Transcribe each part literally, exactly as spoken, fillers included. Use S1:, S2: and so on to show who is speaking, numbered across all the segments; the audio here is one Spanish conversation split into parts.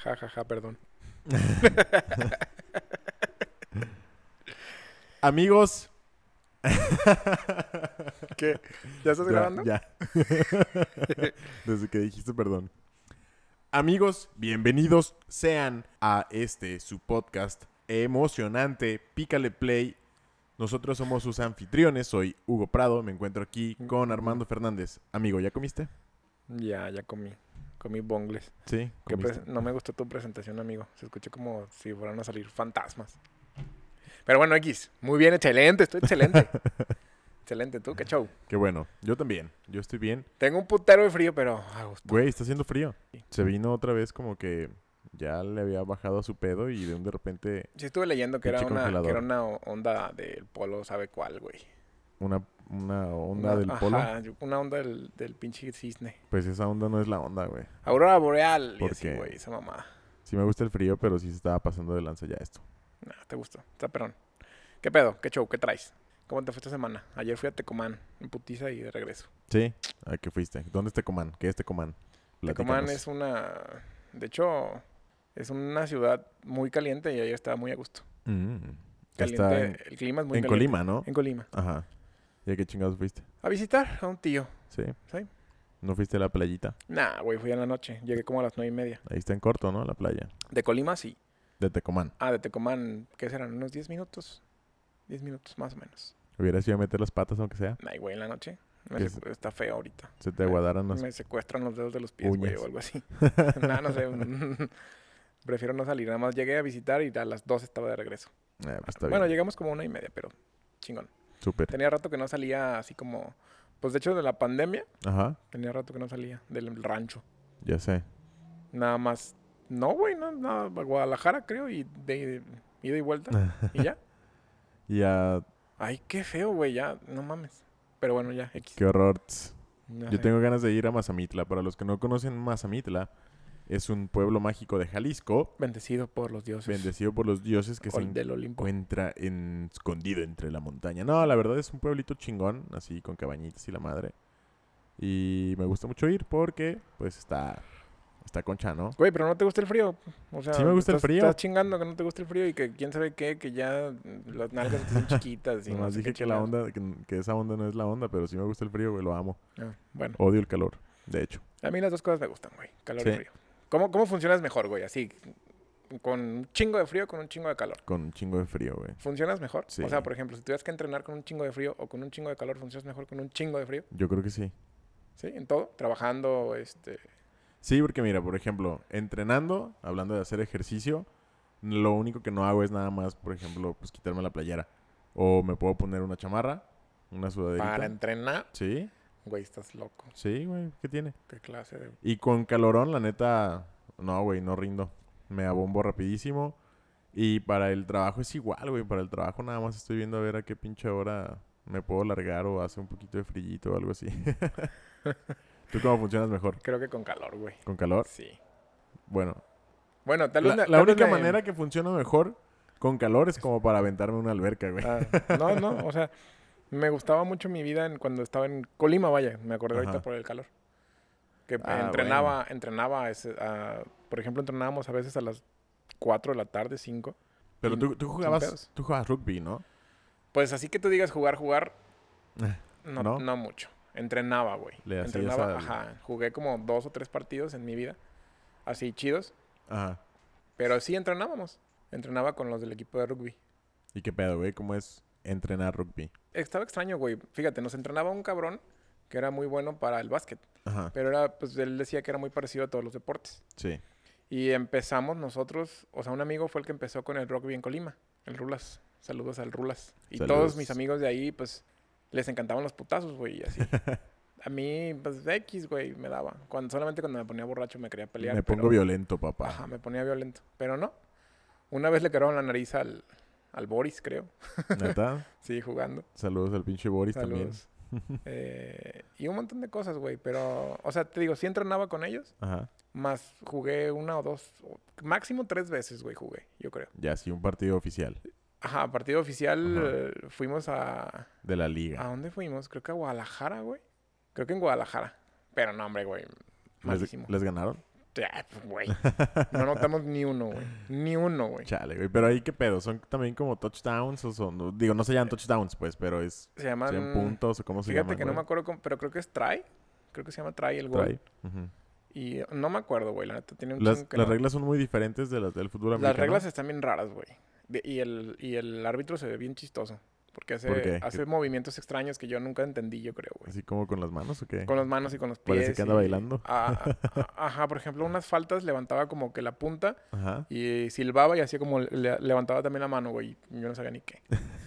S1: Ja, ja, ja, perdón.
S2: Amigos.
S1: ¿Qué? ¿Ya estás
S2: Ya,
S1: grabando?
S2: ya. Desde que dijiste perdón. Amigos, bienvenidos sean a este, su podcast emocionante, Pícale Play. Nosotros somos sus anfitriones, soy Hugo Prado, me encuentro aquí con Armando Fernández. Amigo, ¿ya comiste?
S1: Ya, ya comí. Comí bongles.
S2: Sí,
S1: Que
S2: comiste.
S1: pre- no me gustó tu presentación, amigo. Se escuchó como si fueran a salir fantasmas. Pero bueno, X. Muy bien, excelente. Estoy excelente. Excelente. ¿Tú qué show?
S2: Qué bueno, yo también, yo estoy bien.
S1: Tengo un putero de frío, pero a gusto.
S2: Güey, está haciendo frío.
S1: Sí.
S2: Se vino otra vez como que ya le había bajado a su pedo y de un de repente
S1: Sí estuve leyendo que era,
S2: Pinche
S1: una, que
S2: congelador.
S1: era una onda del polo, ¿sabe cuál, güey?
S2: una, una onda
S1: Una-
S2: del polo.
S1: Ajá, una onda del, del pinche cisne.
S2: Pues esa onda no es la onda, güey.
S1: Aurora boreal. Y
S2: ¿Por
S1: así,
S2: qué?
S1: güey, esa mamá.
S2: Sí me gusta el frío, pero sí se estaba pasando de lanza ya esto.
S1: No, te gustó. Está perrón. ¿Qué pedo? ¿Qué show? ¿Qué traes? ¿Cómo te fue esta semana? Ayer fui a Tecomán, en putiza y de regreso.
S2: ¿Sí? ¿A qué fuiste? ¿Dónde es Tecomán? ¿Qué es Tecomán?
S1: Tecomán
S2: Platícanos.
S1: es una... De hecho, es una ciudad muy caliente y ayer estaba muy a gusto.
S2: Mm.
S1: Caliente,
S2: Está en,
S1: el clima es muy
S2: en
S1: caliente.
S2: Colima, ¿no?
S1: En Colima.
S2: Ajá. ¿Y a qué chingados fuiste?
S1: A visitar a un tío.
S2: Sí.
S1: ¿Sí?
S2: ¿No fuiste a la playita?
S1: Nah, güey, fui en la noche. Llegué como a las nueve y media.
S2: Ahí está en corto, ¿no? La playa.
S1: De Colima, sí.
S2: De Tecomán.
S1: Ah, de Tecomán, ¿qué serán? ¿Unos diez minutos? diez minutos, más o menos.
S2: ¿Hubieras ido a meter las patas aunque sea?
S1: Ay, güey, en la noche. Me
S2: ¿Qué
S1: secu- Está feo ahorita.
S2: Se te aguadaran las...
S1: Me secuestran los dedos de los pies, güey,
S2: uñas.
S1: o algo así. Nah, no sé. Prefiero no salir. Nada más llegué a visitar y a las dos estaba de regreso.
S2: Eh, pues está
S1: Bueno,
S2: bien.
S1: llegamos como a una y media, pero chingón.
S2: Súper.
S1: Tenía rato que no salía así como... Pues de hecho de la pandemia,
S2: Ajá.
S1: tenía rato que no salía del rancho.
S2: Ya sé.
S1: Nada más... No, güey, no, no, a Guadalajara creo y de ida y vuelta. Y ya.
S2: Y a...
S1: Ay, qué feo, güey, ya, no mames. Pero bueno, ya, X.
S2: Qué horror. Tss.
S1: Ya
S2: Yo
S1: sé.
S2: tengo ganas de ir a Mazamitla. Para los que no conocen Mazamitla, es un pueblo mágico de Jalisco,
S1: Bendecido por los dioses.
S2: bendecido por los dioses que se
S1: Ol- del Olimpo.
S2: encuentra en, escondido entre la montaña. No, la verdad es un pueblito chingón, así con cabañitas y la madre. Y me gusta mucho ir porque, pues, está, está concha, ¿no?
S1: Güey, pero no te gusta el frío. O sea,
S2: Sí me gusta el
S1: estás-
S2: frío.
S1: Estás chingando que no te gusta el frío y que quién sabe qué, que ya las nalgas están chiquitas. Y no
S2: Nomás
S1: sé
S2: dije
S1: qué
S2: que la
S1: chingados.
S2: onda, que, que esa onda no es la onda, pero sí me gusta el frío, güey, lo amo.
S1: Ah, bueno,
S2: Odio el calor, de hecho.
S1: a mí las dos cosas me gustan, güey. Calor y
S2: Sí.
S1: frío. ¿Cómo, ¿Cómo funcionas mejor, güey? Así, con un chingo de frío o con un chingo de calor.
S2: Con un chingo de frío, güey.
S1: ¿Funcionas mejor?
S2: Sí.
S1: O sea, por ejemplo, si tuvieras que entrenar con un chingo de frío o con un chingo de calor, ¿funcionas mejor con un chingo de frío?
S2: Yo creo que sí.
S1: ¿Sí? ¿En todo? Trabajando, este...
S2: Sí, porque mira, por ejemplo, entrenando, hablando de hacer ejercicio, lo único que no hago es nada más, por ejemplo, pues quitarme la playera. O me puedo poner una chamarra, una sudaderita.
S1: Para entrenar,
S2: Sí,
S1: güey, estás loco.
S2: sí, güey, ¿qué tiene?
S1: ¿Qué clase de...?
S2: Y con calorón, la neta, no, güey, no rindo. Me abombo rapidísimo. Y para el trabajo es igual, güey. Para el trabajo nada más estoy viendo a ver a qué pinche hora me puedo largar o hace un poquito de frillito o algo así. ¿Tú cómo funcionas mejor?
S1: Creo que con calor, güey.
S2: ¿Con calor?
S1: Sí.
S2: Bueno,
S1: Bueno, tal vez...
S2: la,
S1: me-
S2: la
S1: tal vez
S2: única
S1: me-
S2: manera que funciona mejor con calor es como para aventarme una alberca, güey.
S1: Ah, no, no, o sea, me gustaba mucho mi vida en, cuando estaba en Colima, vaya, me acordé ahorita
S2: Ajá.
S1: por el calor. Que
S2: Ah,
S1: entrenaba, entrenaba, ese, ah, por ejemplo, entrenábamos a veces a las cuatro de la tarde, cinco.
S2: Pero
S1: y
S2: tú, tú
S1: sin
S2: jugabas,
S1: pedos.
S2: tú jugabas rugby, ¿no?
S1: Pues así que tú digas jugar, jugar, no,
S2: ¿No?
S1: no, mucho. Entrenaba, güey.
S2: Le hacías
S1: Entrenaba,
S2: al-
S1: ajá. Jugué como dos o tres partidos en mi vida, así chidos,
S2: Ajá.
S1: pero sí entrenábamos. Entrenaba con los del equipo de rugby.
S2: ¿Y qué pedo, güey? ¿Cómo es entrenar rugby?
S1: Estaba extraño, güey. Fíjate, nos entrenaba un cabrón que era muy bueno para el básquet.
S2: Ajá.
S1: Pero era, pues él decía que era muy parecido a todos los deportes.
S2: Sí.
S1: Y empezamos nosotros, o sea, un amigo fue el que empezó con el rugby en Colima, el Rulas. Saludos al Rulas. Y
S2: Saludos.
S1: todos mis amigos de ahí, pues, les encantaban los putazos, güey, y así. A mí, pues, X, güey, me daba. Cuando, solamente cuando me ponía borracho me quería pelear.
S2: Me pongo
S1: pero-
S2: violento, papá.
S1: Ajá, me ponía violento. Pero no. Una vez le quebraron la nariz al, al Boris, creo.
S2: ¿Neta?
S1: Sí, jugando.
S2: Saludos al pinche Boris
S1: Saludos. Eh, y un montón de cosas, güey. Pero, o sea, te digo, sí entrenaba con ellos.
S2: también. Ajá.
S1: Más jugué una o dos, o máximo tres veces, güey, jugué, yo creo.
S2: Ya, sí, un partido oficial
S1: Ajá, partido oficial,
S2: Ajá.
S1: eh, fuimos a...
S2: de la
S1: ¿A
S2: liga.
S1: dónde fuimos? Creo que a Guadalajara, güey. Creo que en Guadalajara. Pero no, hombre, güey,
S2: ¿Les,
S1: malísimo.
S2: les ganaron?
S1: Ya, pues, güey. No anotamos ni uno, güey. Ni uno, güey.
S2: Chale, güey. Pero ahí, ¿qué pedo? ¿Son también como touchdowns o son...? no- Digo, no se llaman touchdowns, pues, pero es...
S1: Se
S2: ¿Se llaman
S1: llaman...
S2: puntos o cómo se
S1: Fíjate
S2: llaman,
S1: que no
S2: güey?
S1: me acuerdo, cómo- pero creo que es try. Creo que se llama try el gol.
S2: Try. Ujú.
S1: Y no me acuerdo, güey. La neta tiene un
S2: Las,
S1: chingo que
S2: las
S1: no.
S2: reglas son muy diferentes de las del fútbol americano.
S1: Las reglas están bien raras, güey. De- Y el, y el árbitro se ve bien chistoso. Porque hace,
S2: ¿Por qué?
S1: hace movimientos extraños que yo nunca entendí, yo creo, güey.
S2: ¿Así como con las manos o qué?
S1: Con las manos y con los pies.
S2: Parece que anda
S1: y-
S2: bailando.
S1: Ah, ah, ajá, por ejemplo, unas faltas levantaba como que la punta
S2: Ajá.
S1: y silbaba y hacía como le- levantaba también la mano, güey. y Yo no sabía ni qué.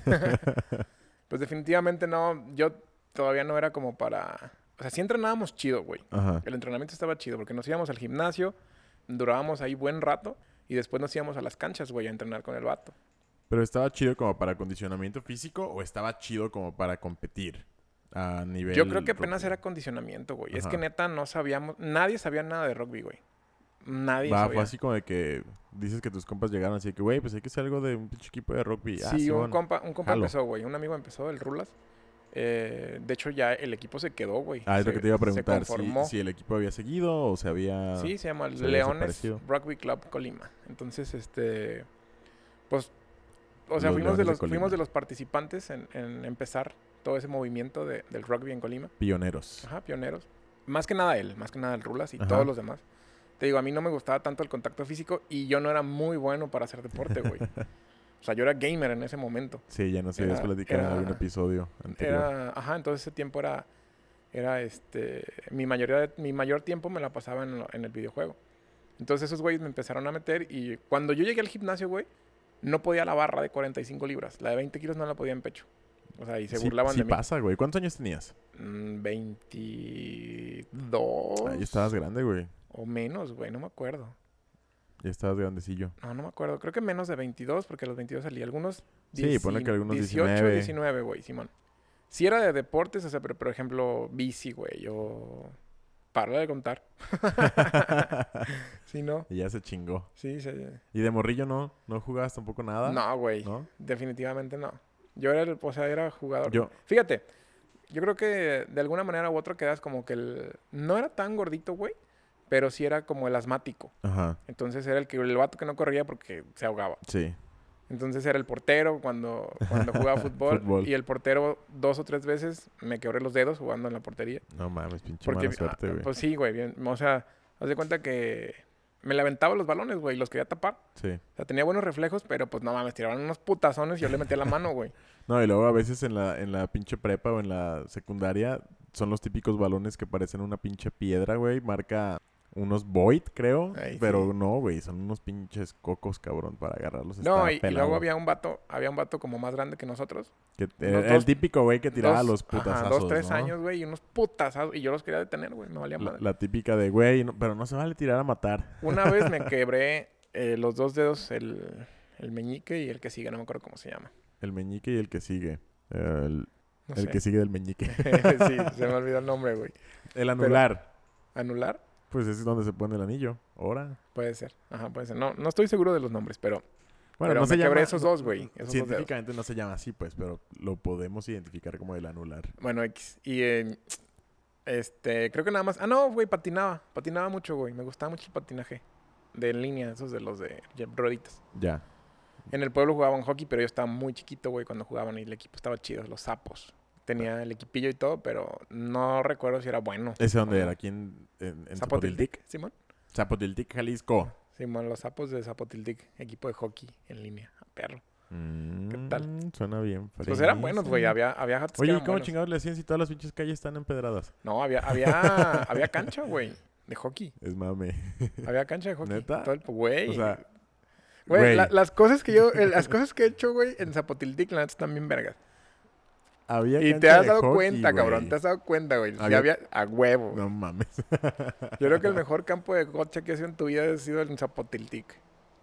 S1: Pues definitivamente no. Yo todavía no era como para... O sea, sí entrenábamos chido, güey.
S2: Ajá.
S1: El entrenamiento estaba chido porque nos íbamos al gimnasio, durábamos ahí buen rato y después nos íbamos a las canchas, güey, a entrenar con el vato.
S2: ¿Pero estaba chido como para acondicionamiento físico o estaba chido como para competir a nivel
S1: Yo creo que apenas
S2: rugby?
S1: era condicionamiento, güey. Es
S2: Ajá.
S1: que neta no sabíamos... Nadie sabía nada de rugby, güey. Nadie
S2: Va,
S1: sabía.
S2: fue así como de que dices que tus compas llegaron así de que, güey, pues hay que hacer algo de un pinche equipo de rugby. Ah,
S1: Sí, un
S2: Simón.
S1: compa, un compa
S2: jalo.
S1: empezó, güey. Un amigo empezó, el Rulas. Eh, de hecho, ya el equipo se quedó, güey.
S2: Ah, es lo
S1: Se-
S2: que te iba a
S1: se
S2: preguntar. Si,
S1: conformó.
S2: si el equipo había seguido o se había...
S1: Sí, se llama
S2: se había
S1: Leones
S2: desaparecido.
S1: Rugby Club Colima. Entonces, este... Pues... O sea,
S2: Los
S1: fuimos de
S2: Leones de
S1: los,
S2: Colima.
S1: fuimos de los participantes en, en empezar todo ese movimiento de- del rugby en Colima.
S2: Pioneros.
S1: Ajá, pioneros. Más que nada él, más que nada el Rulas y
S2: Ajá.
S1: todos los demás. Te digo, a mí no me gustaba tanto el contacto físico y yo no era muy bueno para hacer deporte, güey. O sea, yo era gamer en ese momento.
S2: Sí, ya no sé, habías
S1: Era-
S2: platicado en
S1: era-
S2: algún episodio anterior.
S1: Era, ajá, entonces ese tiempo era, era este, mi mayoría, de- mi mayor tiempo me la pasaba en, lo- en el videojuego. Entonces esos güeyes me empezaron a meter y cuando yo llegué al gimnasio, güey, no podía la barra de cuarenta y cinco libras. La de veinte kilos no la podía en pecho. O sea, y se
S2: Sí-
S1: burlaban
S2: sí
S1: de mí.
S2: pasa, güey. ¿Cuántos años tenías?
S1: Mm, veintidós
S2: Ah, ya estabas grande, güey.
S1: o menos, güey, no me acuerdo.
S2: Ya estabas grandecillo.
S1: No, no me acuerdo. Creo que menos de veintidós, porque a los veintidós salí. Algunos
S2: Sí, ponle que algunos
S1: dieciocho,
S2: diecinueve.
S1: diecinueve, güey, Simón. Si era de deportes, o sea, pero por ejemplo, bici, güey, yo... Paro de contar. Sí, ¿no?
S2: Y ya se chingó.
S1: Sí, sí.
S2: ¿Y de morrillo no? ¿No jugabas tampoco nada?
S1: No, güey.
S2: ¿No?
S1: Definitivamente no. Yo era el... O sea, era jugador.
S2: Yo...
S1: Fíjate, yo creo que de alguna manera u otra quedas como que el... No era tan gordito, güey, pero sí era como el asmático.
S2: Ajá.
S1: Entonces era el que el vato que no corría porque se ahogaba.
S2: Sí.
S1: Entonces era el portero cuando, cuando jugaba fútbol,
S2: Fútbol.
S1: y el portero dos o tres veces me quebré los dedos jugando en la portería.
S2: No mames, pinche
S1: Porque,
S2: mala suerte,
S1: ah,
S2: güey.
S1: pues sí, güey, bien, o sea, haz de cuenta que me le aventaba los balones, güey, y los quería tapar.
S2: Sí.
S1: O sea, tenía buenos reflejos, pero pues no mames, tiraban unos putazones y yo le metía la mano, güey.
S2: No, y luego a veces en la, en la pinche prepa o en la secundaria son los típicos balones que parecen una pinche piedra, güey. Marca unos Void, creo.
S1: Ay,
S2: pero
S1: sí.
S2: no, güey. Son unos pinches cocos, cabrón, para agarrarlos.
S1: No,
S2: Está
S1: y, y
S2: pelado.
S1: luego había un vato, había un vato como más grande que nosotros.
S2: Que-
S1: unos
S2: el, el
S1: dos-
S2: típico güey que tiraba
S1: Dos-
S2: los
S1: ajá,
S2: putazazos,
S1: dos, tres
S2: ¿no?
S1: años, güey, y unos putazazos. Y yo los quería detener, güey, me valía
S2: La,
S1: madre.
S2: la típica de, güey, no- pero no se vale tirar a matar.
S1: Una vez me quebré eh, los dos dedos, el, el meñique y el que sigue, no me acuerdo cómo se llama.
S2: El meñique y el que sigue. El,
S1: No
S2: el
S1: sé.
S2: que sigue del meñique.
S1: Sí, se me olvidó el nombre, güey.
S2: El anular.
S1: ¿Anular?
S2: Pues ese es donde se pone el anillo. Ahora.
S1: Puede ser. Ajá, puede ser. No, no estoy seguro de los nombres, pero...
S2: Bueno,
S1: Pero
S2: no
S1: me
S2: se llama...
S1: quebré esos dos, güey, esos dos
S2: Científicamente no se llama así, pues, pero lo podemos identificar como el anular.
S1: Bueno, X. Y eh, este, creo que nada más... Ah, no, güey, patinaba. Patinaba mucho, güey. Me gustaba mucho el patinaje. De en línea, esos de los de ya, rueditas.
S2: Ya.
S1: En el pueblo jugaban hockey, pero yo estaba muy chiquito, güey, cuando jugaban y el equipo estaba chido, los sapos. Tenía el equipillo y todo, pero no recuerdo si era bueno.
S2: ¿Ese dónde
S1: o no.
S2: era? ¿Aquí en, en, en
S1: Zapotiltic,
S2: Zapotiltic?
S1: Simón.
S2: Zapotiltic, Jalisco.
S1: Simón, los sapos de Zapotiltic, equipo de hockey en línea. Perro.
S2: Mm,
S1: tal?
S2: Suena bien.
S1: Pues eran buenos, güey.
S2: fresa.
S1: Había, había jatos que
S2: Oye, ¿y
S1: eran
S2: cómo
S1: buenos.
S2: chingados le hacían si todas las pinches calles están empedradas?
S1: No, había, había, había cancha, güey, de hockey.
S2: Es mame.
S1: Había cancha de hockey.
S2: ¿Neta?
S1: Todo el- Güey.
S2: O sea,
S1: Güey,
S2: güey.
S1: la- las cosas que yo, el- las cosas que he hecho, güey, en Zapotiltic, la neta están bien vergas.
S2: había
S1: Y
S2: cancha
S1: te has
S2: de
S1: dado
S2: hockey,
S1: cuenta, cabrón.
S2: güey.
S1: Te has dado cuenta, güey. Sí
S2: Había-
S1: había a huevo.
S2: No mames.
S1: Yo creo que el mejor campo de gocha que has hecho en tu vida ha sido en Zapotiltic.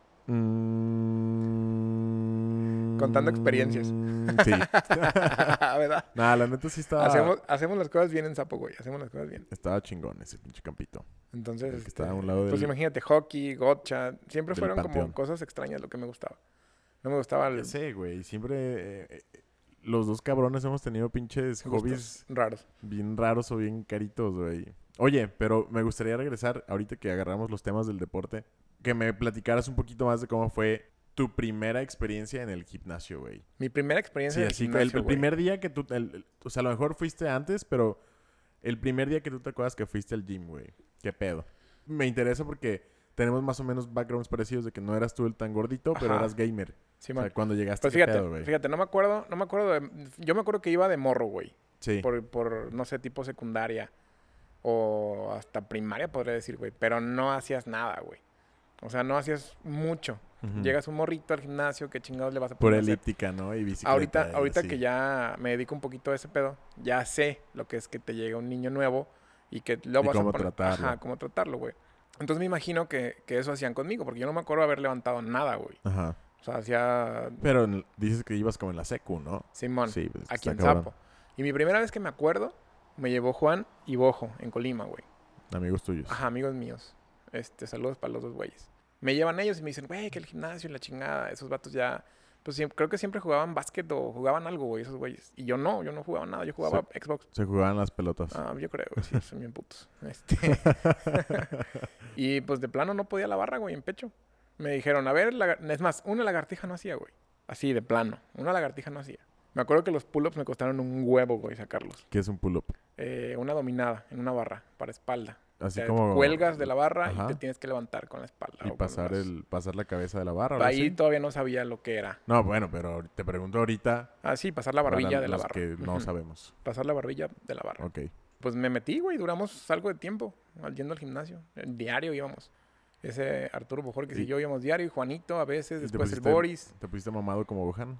S2: Mm,
S1: Contando experiencias.
S2: Sí.
S1: ¿Verdad?
S2: Nada, la neta sí estaba...
S1: Hacemos, hacemos las cosas bien en Zapo, güey. Hacemos las cosas bien.
S2: Estaba chingón ese pinche campito.
S1: Entonces,
S2: El que
S1: este,
S2: estaba a un lado
S1: pues
S2: del-
S1: imagínate, hockey, gotcha. Siempre
S2: del
S1: fueron
S2: panteón.
S1: como cosas extrañas lo que me gustaba. No me gustaba el...
S2: Sí, güey. Siempre... eh, eh, los dos cabrones hemos tenido pinches
S1: gustos
S2: hobbies
S1: raros.
S2: bien raros o bien caritos, güey. Oye, pero me gustaría regresar, ahorita que agarramos los temas del deporte, que me platicaras un poquito más de cómo fue tu primera experiencia en el gimnasio, güey.
S1: Mi primera experiencia
S2: Sí,
S1: en el
S2: así que
S1: gimnasio,
S2: el, el
S1: güey.
S2: primer día que tú... el- el- o sea, a lo mejor fuiste antes, pero el primer día que tú te acuerdas que fuiste al gym, güey. ¿Qué pedo? Me interesa porque tenemos más o menos backgrounds parecidos de que no eras tú el tan gordito, pero
S1: Ajá.
S2: eras gamer.
S1: Sí,
S2: O
S1: man.
S2: sea, cuando llegaste,
S1: Pues
S2: ¿qué
S1: fíjate,
S2: pedo, güey?
S1: fíjate, no me acuerdo, no me acuerdo de... Yo me acuerdo que iba de morro, güey.
S2: Sí.
S1: Por, por, no sé, tipo secundaria. O hasta primaria, podría decir, güey. Pero no hacías nada, güey. O sea, no hacías mucho.
S2: Ujú.
S1: Llegas un morrito al gimnasio, ¿qué chingados le vas a
S2: Por
S1: poner a hacer?
S2: elíptica, ¿no? Y bicicleta.
S1: Ahorita,
S2: y
S1: ahorita
S2: así.
S1: que ya me dedico un poquito a ese pedo, ya sé lo que es que te llega un niño nuevo y que lo
S2: Y
S1: vas
S2: cómo
S1: a poner.
S2: tratarlo.
S1: Ajá, cómo tratarlo, güey. Entonces me imagino que, que eso hacían conmigo, porque yo no me acuerdo haber levantado nada, güey.
S2: Ajá.
S1: O sea, hacía
S2: Pero en- dices que ibas como en la secu, ¿no?
S1: Simón,
S2: Sí, pues,
S1: aquí
S2: está
S1: en
S2: cabrón.
S1: Zapo. Y mi primera vez que me acuerdo, me llevó Juan y Bojo en Colima, güey.
S2: Amigos tuyos.
S1: Ajá, amigos míos. Este, saludos para los dos güeyes. Me llevan ellos y me dicen, güey, que el gimnasio y la chingada. Esos vatos ya, pues siem- creo que siempre jugaban básquet o jugaban algo, güey, esos güeyes. Y yo no, yo no jugaba nada, yo jugaba Xbox.
S2: Se jugaban las pelotas.
S1: Ah, yo creo, güey, sí, son bien putos. Este, y pues de plano no podía la barra, güey, en pecho. Me dijeron, a ver, lagar- es más, una lagartija no hacía, güey. Así, de plano. Una lagartija no hacía. Me acuerdo que los pull-ups me costaron un huevo, güey, sacarlos.
S2: ¿Qué es un pull-up?
S1: Eh, una dominada en una barra para espalda.
S2: Así
S1: O sea,
S2: como...
S1: cuelgas de la barra
S2: Ajá.
S1: y te tienes que levantar con la espalda.
S2: Y
S1: o con
S2: pasar
S1: las-
S2: el pasar la cabeza de la barra. ¿o algo
S1: Ahí
S2: así?
S1: todavía no sabía lo que era.
S2: No, bueno, pero te pregunto ahorita.
S1: Ah, sí, pasar la
S2: para
S1: barbilla de la
S2: los
S1: barra.
S2: que no
S1: Ujú.
S2: sabemos.
S1: Pasar la barbilla de la barra.
S2: Ok.
S1: Pues me metí, güey. Duramos algo de tiempo al- yendo al gimnasio. El diario íbamos. Ese Arturo Bojorquez y,
S2: Y-
S1: yo íbamos diario. Y Juanito a veces.
S2: ¿Y te
S1: Después el
S2: pusiste-
S1: Boris.
S2: ¿Te pusiste mamado como Gohan?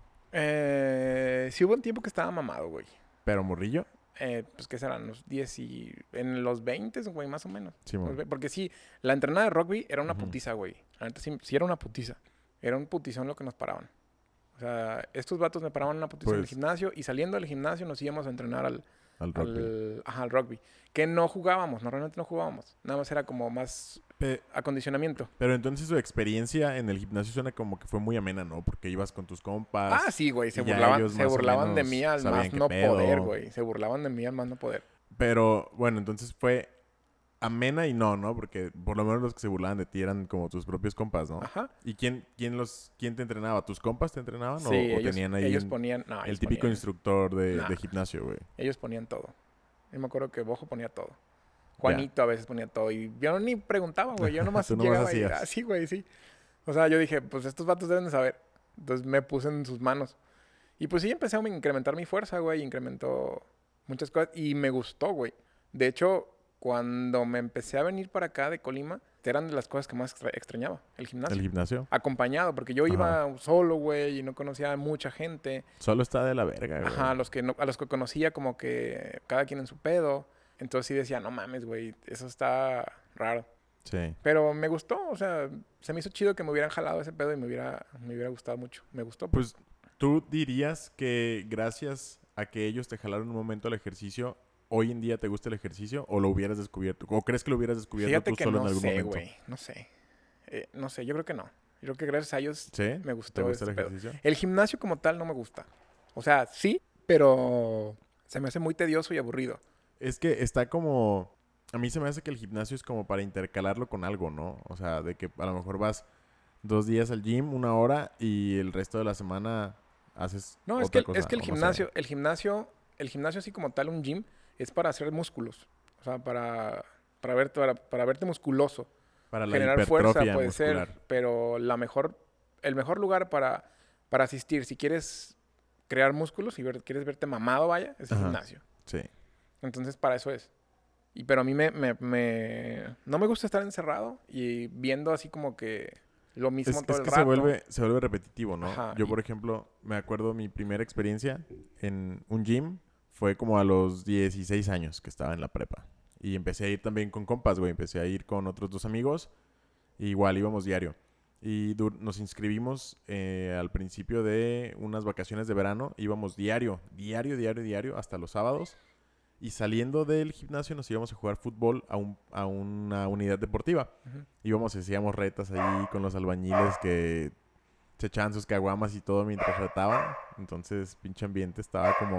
S1: Eh, sí hubo un tiempo que estaba mamado, güey.
S2: ¿Pero morrillo?
S1: Eh, pues, ¿qué serán? Los diez y... En los veinte, güey, más o menos.
S2: Sí,
S1: Los
S2: mo.
S1: ve- Porque sí, la entrenada de rugby era una
S2: Ujú.
S1: putiza, güey. La neta sí, sí era una putiza. Era un putizón lo que nos paraban. O sea, estos vatos me paraban una putiza en el
S2: Pues-
S1: gimnasio y saliendo del gimnasio nos íbamos a entrenar al,
S2: Al rugby.
S1: al, ajá, al rugby. Que no jugábamos, normalmente no jugábamos. Nada más era como más
S2: Pe-
S1: acondicionamiento.
S2: pero entonces su experiencia en el gimnasio suena como que fue muy amena, ¿no? Porque ibas con tus compas.
S1: Ah, sí, güey. Se
S2: y ya
S1: burlaban,
S2: ellos
S1: se
S2: más o
S1: burlaban de
S2: menos
S1: mí al
S2: sabían
S1: más
S2: qué
S1: no
S2: pedo.
S1: poder, güey. Se burlaban de mí al más no poder.
S2: Pero, bueno, entonces fue amena y no, ¿no? Porque por lo menos los que se burlaban de ti eran como tus propios compas, ¿no?
S1: Ajá.
S2: ¿Y quién, quién los quién te entrenaba? ¿Tus compas te entrenaban?
S1: Sí,
S2: ¿O, o
S1: ellos,
S2: tenían ahí
S1: ellos
S2: un-
S1: ponían... No,
S2: el
S1: ellos
S2: típico
S1: ponían-
S2: instructor de,
S1: Nah.
S2: de gimnasio, güey?
S1: Ellos ponían todo. Yo me acuerdo que Bojo ponía todo. Juanito a veces ponía todo. Y yo no ni preguntaba, güey. Yo nomás
S2: Tú nomás
S1: llegaba y...
S2: hacías.
S1: Ah, sí, güey, sí. O sea, yo dije, pues estos vatos deben de saber. Entonces me puse en sus manos. Y pues sí, empecé a incrementar mi fuerza, güey. Incrementó muchas cosas. Y me gustó, güey. De hecho, cuando me empecé a venir para acá de Colima, eran de las cosas que más extra- extrañaba. El gimnasio.
S2: ¿El gimnasio?
S1: Acompañado, porque yo iba solo, güey. Y no conocía a mucha gente.
S2: Solo está de la verga, güey.
S1: Ajá, a los que no, a los que conocía como que cada quien en su pedo. Entonces sí decía, no mames, güey, eso está raro.
S2: Sí.
S1: Pero me gustó, o sea, se me hizo chido que me hubieran jalado ese pedo y me hubiera, me hubiera gustado mucho. Me gustó.
S2: Pues, ¿tú dirías que gracias a que ellos te jalaron un momento al ejercicio, hoy en día te gusta el ejercicio o lo hubieras descubierto? ¿O crees que lo hubieras descubierto
S1: Fíjate
S2: tú
S1: que
S2: solo
S1: no
S2: en algún
S1: sé,
S2: momento?
S1: güey, no sé. Eh, no sé, yo creo que no. Yo creo que gracias a ellos
S2: ¿Sí?
S1: me
S2: ¿Te
S1: gustó
S2: gusta
S1: este
S2: el
S1: pedo.
S2: ejercicio?
S1: El gimnasio como tal no me gusta. O sea, sí, pero se me hace muy tedioso y aburrido.
S2: Es que está como... A mí se me hace que el gimnasio es como para intercalarlo con algo, ¿no? O sea, de que a lo mejor vas dos días al gym, una hora, y el resto de la semana haces
S1: No, es
S2: otra
S1: que,
S2: cosa,
S1: es que el
S2: o no sé.
S1: gimnasio, el gimnasio, el gimnasio así como tal, un gym, es para hacer músculos. O sea, para, para, verte, para, para verte musculoso.
S2: Para la
S1: Generar fuerza
S2: hipertrofia
S1: puede
S2: muscular.
S1: ser, pero la mejor, el mejor lugar para, para asistir, si quieres crear músculos y ver- quieres verte mamado, vaya, es el
S2: Ajá.
S1: gimnasio.
S2: Sí.
S1: Entonces, para eso es. Y pero a mí me, me, me- no me gusta estar encerrado y viendo así como que lo mismo
S2: Es,
S1: todo
S2: es
S1: el
S2: que
S1: rato.
S2: se vuelve, se vuelve repetitivo, ¿no?
S1: Ajá,
S2: Yo,
S1: y-
S2: por ejemplo, me acuerdo mi primera experiencia en un gym fue como a los dieciséis años que estaba en la prepa. Y empecé a ir también con compas, güey. Empecé a ir con otros dos amigos. Y igual íbamos diario. Y dur- nos inscribimos eh, al principio de unas vacaciones de verano. Íbamos diario, diario, diario, diario, hasta los sábados. Y saliendo del gimnasio nos íbamos a jugar fútbol a, un, a una unidad deportiva.
S1: Ujú.
S2: Íbamos y hacíamos retas ahí con los albañiles que se echaban sus caguamas y todo mientras retaban. Entonces, pinche ambiente estaba como...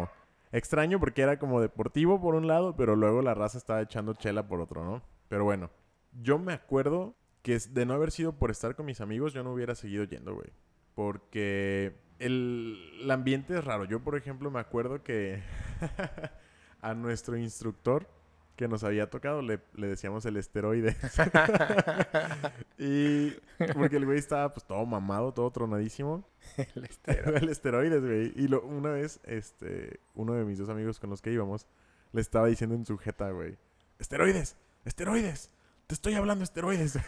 S2: extraño porque era como deportivo por un lado, pero luego la raza estaba echando chela por otro, ¿no? Pero bueno, yo me acuerdo que es- de no haber sido por estar con mis amigos, yo no hubiera seguido yendo, güey. Porque el, el ambiente es raro. Yo, por ejemplo, me acuerdo que a nuestro instructor que nos había tocado le, le decíamos el esteroide. Y porque el güey estaba pues todo mamado, todo tronadísimo.
S1: El estero.
S2: El esteroides, güey. Y lo, una vez, este, uno de mis dos amigos con los que íbamos, le estaba diciendo en su jeta, güey, esteroides, esteroides, te estoy hablando esteroides.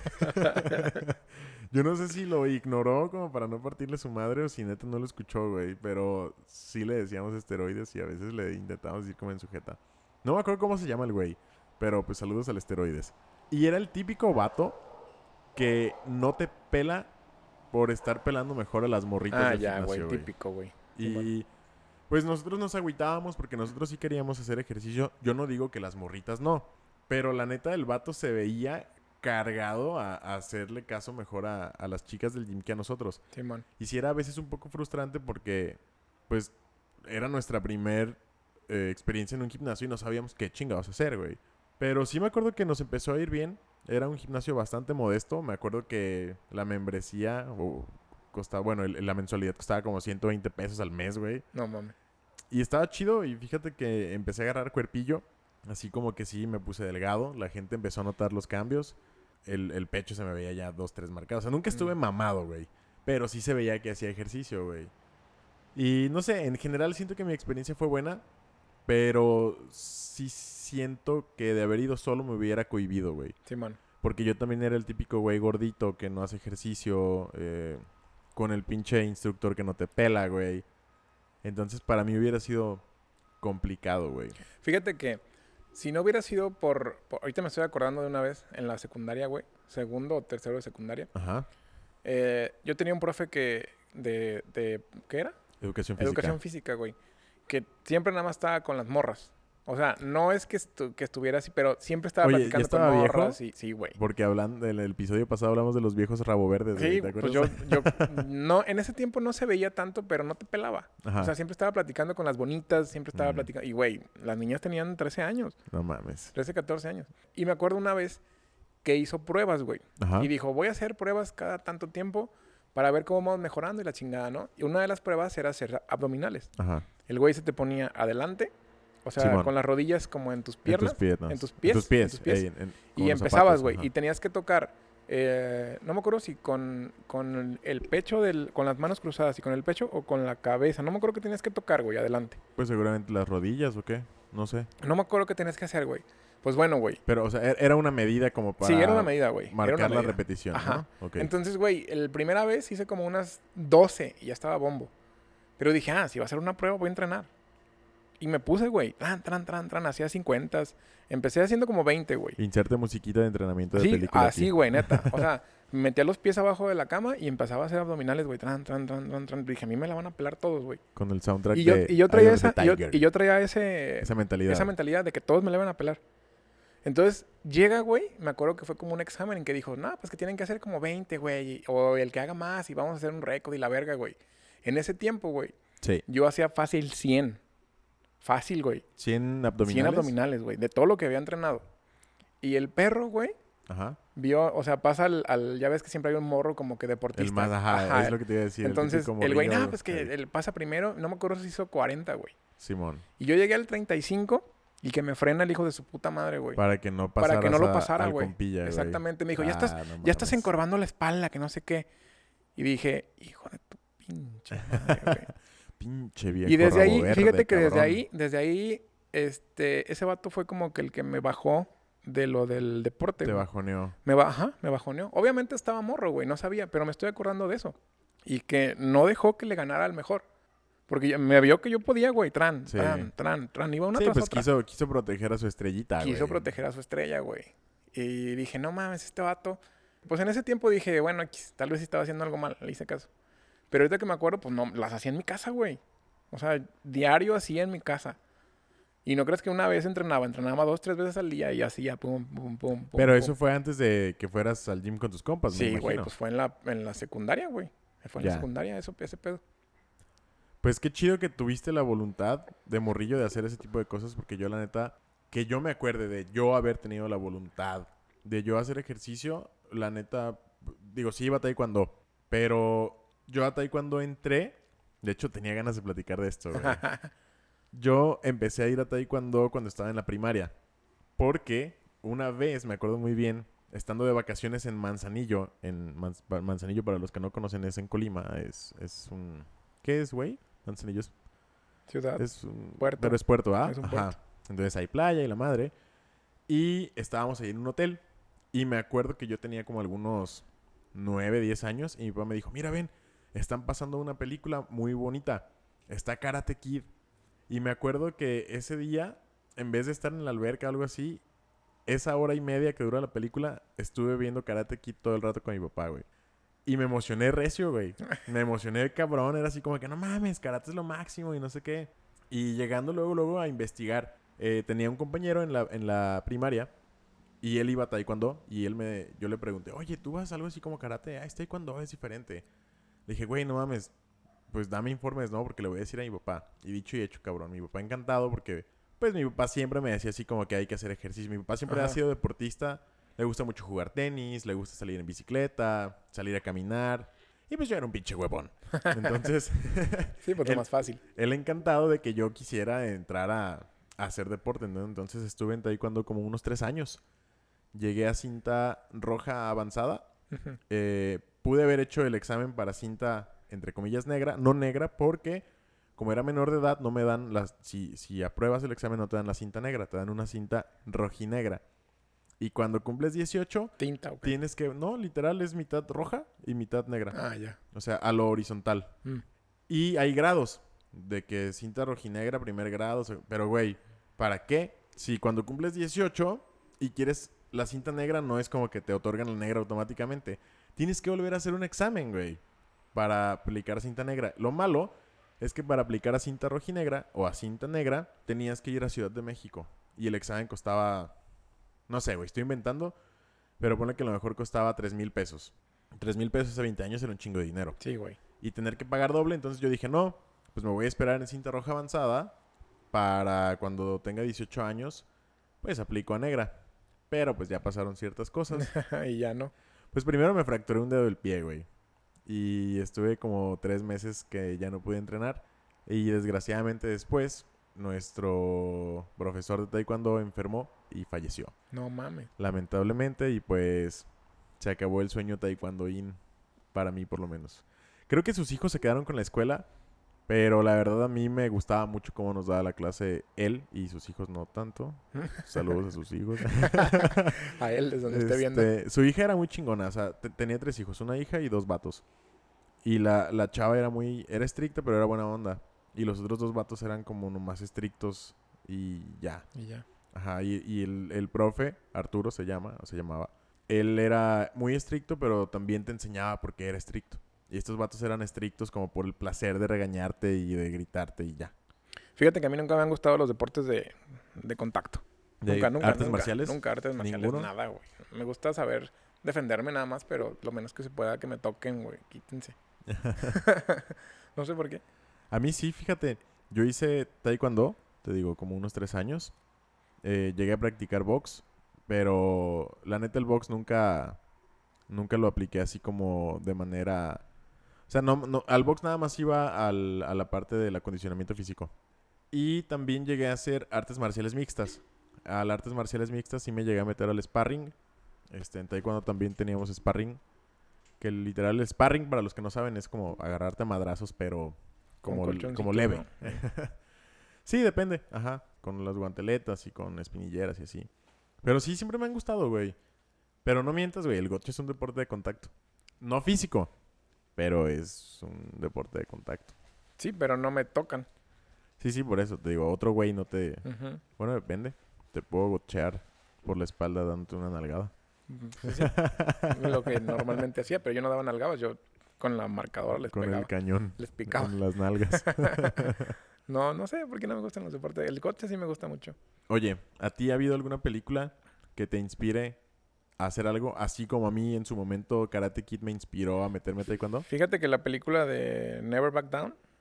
S2: Yo no sé si lo ignoró como para no partirle su madre o si neta no lo escuchó, güey. Pero sí le decíamos esteroides y a veces le intentábamos decir como en su jeta. No me acuerdo cómo se llama el güey, pero pues saludos al esteroides. Y era el típico vato que no te pela por estar pelando mejor a las morritas
S1: Ah,
S2: del
S1: ya,
S2: gimnasio,
S1: güey,
S2: güey.
S1: típico, güey. Sí,
S2: Y pues nosotros nos agüitábamos porque nosotros sí queríamos hacer ejercicio. Yo no digo que las morritas no, pero la neta el vato se veía cargado a, a hacerle caso mejor a, a las chicas del gym que a nosotros.
S1: Simón.
S2: Y sí era a veces un poco frustrante porque pues era nuestra primer eh, experiencia en un gimnasio y no sabíamos qué chingados hacer, güey. Pero sí me acuerdo que nos empezó a ir bien. Era un gimnasio bastante modesto. Me acuerdo que la membresía o costaba, bueno, el- la mensualidad costaba como ciento veinte pesos al mes, güey.
S1: No mames.
S2: Y estaba chido y fíjate que empecé a agarrar cuerpillo. Así como que sí, me puse delgado. La gente empezó a notar los cambios. El, el pecho se me veía ya dos, tres marcados. O sea, nunca estuve
S1: Mm.
S2: mamado, güey. Pero sí se veía que hacía ejercicio, güey. Y no sé, en general siento que mi experiencia fue buena. Pero sí siento que de haber ido solo me hubiera cohibido, güey.
S1: Simón.
S2: Porque yo también era el típico güey gordito que no hace ejercicio. Eh, con el pinche instructor que no te pela, güey. Entonces para mí hubiera sido complicado, güey.
S1: Fíjate que si no hubiera sido por, por- ahorita me estoy acordando de una vez en la secundaria, güey. Segundo o tercero de secundaria.
S2: Ajá.
S1: eh, yo tenía un profe que... De, de... ¿Qué era?
S2: Educación física.
S1: Educación física, güey. Que siempre nada más estaba con las morras. O sea, no es que, estu- que estuviera así, pero siempre estaba
S2: Oye, ¿ya
S1: platicando
S2: estaba
S1: con
S2: viejo?
S1: morras. Y, sí, güey.
S2: Porque hablando del episodio pasado hablamos de los viejos rabo verdes, güey.
S1: Sí,
S2: ¿Te
S1: pues
S2: acuerdas?
S1: yo, yo no, en ese tiempo no se veía tanto, pero no te pelaba.
S2: Ajá.
S1: O sea, siempre estaba platicando con las bonitas, siempre estaba
S2: Mm.
S1: platicando. Y, güey, las niñas tenían trece años,
S2: No mames.
S1: trece, catorce años. Y me acuerdo una vez que hizo pruebas, güey.
S2: Ajá.
S1: Y dijo, voy a hacer pruebas cada tanto tiempo para ver cómo vamos mejorando y la chingada, ¿no? Y una de las pruebas era hacer abdominales.
S2: Ajá.
S1: El güey se te ponía adelante, o sea,
S2: Simón.
S1: con las rodillas como en tus
S2: En
S1: piernas.
S2: tus piernas.
S1: En tus pies.
S2: En tus pies.
S1: en tus pies.
S2: Ey, en- en- con
S1: Y
S2: los
S1: empezabas,
S2: zapatos,
S1: güey.
S2: ajá.
S1: Y tenías que tocar, eh, no me acuerdo si con, con el pecho, del, con las manos cruzadas y con el pecho o con la cabeza. No me acuerdo qué tenías que tocar, güey, adelante.
S2: Pues seguramente las rodillas o qué. No sé.
S1: No me acuerdo qué tenías que hacer, güey. Pues bueno, güey.
S2: Pero, o sea, er- era una medida como para
S1: Sí, era una medida, güey. Era una
S2: marcar la
S1: medida.
S2: repetición,
S1: Ajá.
S2: ¿no? Ok.
S1: Entonces, güey, la primera vez hice como unas doce y ya estaba bombo. Pero dije, ah, si va a ser una prueba, voy a entrenar. Y me puse, güey, tran, tran, tran, tran, hacía cincuenta. Empecé haciendo como veinte, güey.
S2: Inserte musiquita de entrenamiento de
S1: Sí,
S2: película
S1: así,
S2: aquí.
S1: güey, neta. O sea, me metía los pies abajo de la cama y empezaba a hacer abdominales, güey. Tran, tran, tran, tran, tran. Dije, a mí me la van a pelar todos, güey.
S2: Con el soundtrack
S1: Y yo,
S2: de
S1: y yo traía
S2: Eye of the
S1: esa, y yo,
S2: Tiger.
S1: y yo traía ese,
S2: Esa mentalidad.
S1: esa mentalidad de que todos me la iban a pelar. Entonces, llega, güey, me acuerdo que fue como un examen en que dijo, no, pues que tienen que hacer como veinte, güey, o el que haga más y vamos a hacer un récord y la verga, güey. En ese tiempo, güey,
S2: Sí.
S1: yo hacía fácil cien. Fácil, güey.
S2: cien abdominales.
S1: cien abdominales, güey, de todo lo que había entrenado. Y el perro, güey,
S2: Ajá.
S1: vio, o sea, pasa al, al- ya ves que siempre hay un morro como que deportista.
S2: El más, ajá,
S1: Ajá.
S2: es lo que te iba a decir.
S1: Entonces,
S2: típico
S1: el güey,
S2: morrillo,
S1: no, pues que
S2: ahí.
S1: él pasa primero, no me acuerdo si hizo cuarenta, güey.
S2: Simón.
S1: Y yo llegué al treinta y cinco y que me frena el hijo de su puta madre, güey.
S2: Para que no pasara.
S1: Para que no lo pasara, güey.
S2: Compilla, güey.
S1: Exactamente. Me dijo, ya
S2: Ah,
S1: estás,
S2: no
S1: ya estás
S2: mames.
S1: encorvando la espalda, que no sé qué. Y dije, hijo de tu pinche madre, güey.
S2: Pinche viejo
S1: Y desde ahí,
S2: rabo verde,
S1: fíjate que desde
S2: cabrón.
S1: ahí, desde ahí, este, ese vato fue como que el que me bajó de lo del deporte,
S2: Te
S1: güey.
S2: bajoneó.
S1: Me ba- Ajá, me bajoneó. Obviamente estaba morro, güey, no sabía, pero me estoy acordando de eso. Y que no dejó que le ganara al mejor. Porque ya me vio que yo podía, güey, tran,
S2: Sí.
S1: tran, tran, tran. Iba una
S2: Sí,
S1: tras
S2: pues
S1: otra.
S2: quiso, quiso proteger a su estrellita,
S1: Quiso
S2: güey.
S1: proteger a su estrella, güey. Y dije, no mames, este vato. Pues en ese tiempo dije, bueno, X, tal vez estaba haciendo algo mal, le hice caso. Pero ahorita que me acuerdo, pues no, las hacía en mi casa, güey. O sea, diario hacía en mi casa. Y no crees que una vez entrenaba, entrenaba dos, tres veces al día y hacía pum, pum, pum, pum.
S2: Pero
S1: pum.
S2: eso fue antes de que fueras al gym con tus compas, me
S1: Sí, güey,
S2: imagino.
S1: pues fue en la, en la secundaria, güey. Fue en
S2: Ya.
S1: la secundaria eso, ese pedo.
S2: Pues qué chido que tuviste la voluntad de morrillo de hacer ese tipo de cosas, porque yo la neta, que yo me acuerde de yo haber tenido la voluntad de yo hacer ejercicio, la neta, digo, sí iba a taekwondo, pero yo a taekwondo entré, de hecho tenía ganas de platicar de esto, güey. Yo empecé a ir a taekwondo cuando estaba en la primaria, porque una vez, me acuerdo muy bien, estando de vacaciones en Manzanillo, en Manz- Manzanillo para los que no conocen es en Colima, es, es un... ¿Qué es, güey? Manzanillo es,
S1: Ciudad,
S2: es un...
S1: puerto.
S2: Pero es puerto, ¿ah?
S1: Es un
S2: Ajá.
S1: puerto.
S2: Entonces hay playa y la madre. Y estábamos ahí en un hotel. Y me acuerdo que yo tenía como algunos nueve, diez años. Y mi papá me dijo, mira, ven, están pasando una película muy bonita. Está Karate Kid. Y me acuerdo que ese día, en vez de estar en la alberca o algo así, esa hora y media que dura la película, estuve viendo Karate Kid todo el rato con mi papá, güey. Y me emocioné recio, güey. Me emocioné cabrón. Era así como que, no mames, karate es lo máximo y no sé qué. Y llegando luego, luego a investigar. Eh, tenía un compañero en la, en la primaria y él iba a taekwondo. Y él me, yo le pregunté, oye, ¿tú vas a algo así como karate? Ah, es taekwondo, es diferente. Le dije, güey, no mames, pues dame informes, ¿no? Porque le voy a decir a mi papá. Y dicho y hecho, cabrón. Mi papá encantado porque, pues mi papá siempre me decía así como que hay que hacer ejercicio. Mi papá siempre ha
S1: Ajá.
S2: sido deportista. Le gusta mucho jugar tenis, le gusta salir en bicicleta, salir a caminar. Y pues yo era un pinche huevón. Entonces,
S1: Sí, pues lo
S2: él,
S1: más fácil.
S2: él encantado de que yo quisiera entrar a, a hacer deporte, ¿no? Entonces estuve en taekwondo como unos tres años. Llegué a cinta roja avanzada.
S1: Ujú.
S2: Eh, pude haber hecho el examen para cinta, entre comillas, negra. No negra porque, como era menor de edad, no me dan las... Si, si apruebas el examen no te dan la cinta negra, te dan una cinta rojinegra. Y cuando cumples dieciocho,
S1: Tinta, ok.
S2: tienes que... No, literal es mitad roja y mitad negra.
S1: Ah, ya.
S2: O sea, a lo horizontal.
S1: Mm.
S2: Y hay grados de que cinta rojinegra, primer grado. se- Pero, güey, ¿para qué? Si cuando cumples dieciocho y quieres la cinta negra, no es como que te otorgan la negra automáticamente. Tienes que volver a hacer un examen, güey, para aplicar cinta negra. Lo malo es que para aplicar a cinta rojinegra o a cinta negra, tenías que ir a Ciudad de México. Y el examen costaba, no sé, güey, estoy inventando, pero ponle que a lo mejor costaba tres mil pesos. Tres mil pesos hace veinte años era un chingo de dinero.
S1: Sí, güey.
S2: Y tener que pagar doble, entonces yo dije, no, pues me voy a esperar en cinta roja avanzada para cuando tenga dieciocho años, pues aplico a negra. Pero pues ya pasaron ciertas cosas.
S1: Y ya no.
S2: Pues primero me fracturé un dedo del pie, güey. Y estuve como tres meses que ya no pude entrenar. Y desgraciadamente después, nuestro profesor de taekwondo enfermó y falleció.
S1: No mames.
S2: Lamentablemente, y pues se acabó el sueño taekwondoín para mí por lo menos. Creo que sus hijos se quedaron con la escuela, pero la verdad a mí me gustaba mucho cómo nos daba la clase él y sus hijos no tanto. Saludos a sus hijos.
S1: A él, desde donde esté viendo.
S2: Este, su hija era muy chingona, o sea, te- tenía tres hijos, una hija y dos vatos. Y la, la chava era muy, era estricta, pero era buena onda. Y los otros dos vatos eran como nomás estrictos y ya.
S1: Y ya.
S2: Ajá, y, y el, el profe, Arturo se llama, o se llamaba, él era muy estricto, pero también te enseñaba por qué era estricto. Y estos vatos eran estrictos como por el placer de regañarte y de gritarte y ya.
S1: Fíjate que a mí nunca me han gustado los deportes de, de contacto.
S2: ¿De
S1: Nunca, nunca,
S2: artes
S1: nunca.
S2: marciales?
S1: Nunca artes marciales,
S2: ¿Ninguno?
S1: nada, güey. Me gusta saber defenderme nada más, pero lo menos que se pueda que me toquen, güey. Quítense. No sé por qué.
S2: A mí sí, fíjate, yo hice taekwondo, te digo, como unos tres años. Eh, llegué a practicar box, pero la neta el box nunca, nunca lo apliqué así como de manera... O sea, no, no, al box nada más iba al, a la parte del acondicionamiento físico. Y también llegué a hacer artes marciales mixtas. Al artes marciales mixtas sí me llegué a meter al sparring. Este, en taekwondo también teníamos sparring. Que literal el sparring, para los que no saben, es como agarrarte a madrazos, pero
S1: Con
S2: como,
S1: colchoncito,
S2: como leve.
S1: ¿no?
S2: Sí, depende. Ajá. Con las guanteletas y con espinilleras y así. Pero sí, siempre me han gustado, güey. Pero no mientas, güey. El gotcha es un deporte de contacto. No físico, pero es un deporte de contacto.
S1: Sí, pero no me tocan.
S2: Sí, sí, por eso. Te digo, otro güey no te...
S1: Ujú.
S2: Bueno, depende. Te puedo gochear por la espalda dándote una nalgada.
S1: Pues sí, lo que normalmente hacía, pero yo no daba nalgadas. Yo con la marcadora les
S2: Con
S1: pegaba.
S2: el cañón.
S1: Les picaba.
S2: Con las nalgas.
S1: No, no sé por qué no me gustan los deportes. El coche sí me gusta mucho.
S2: Oye, ¿a ti ha habido alguna película que te inspire a hacer algo? Así como a mí en su momento Karate Kid me inspiró a meterme a taekwondo.
S1: Fíjate que la película de Never Back Down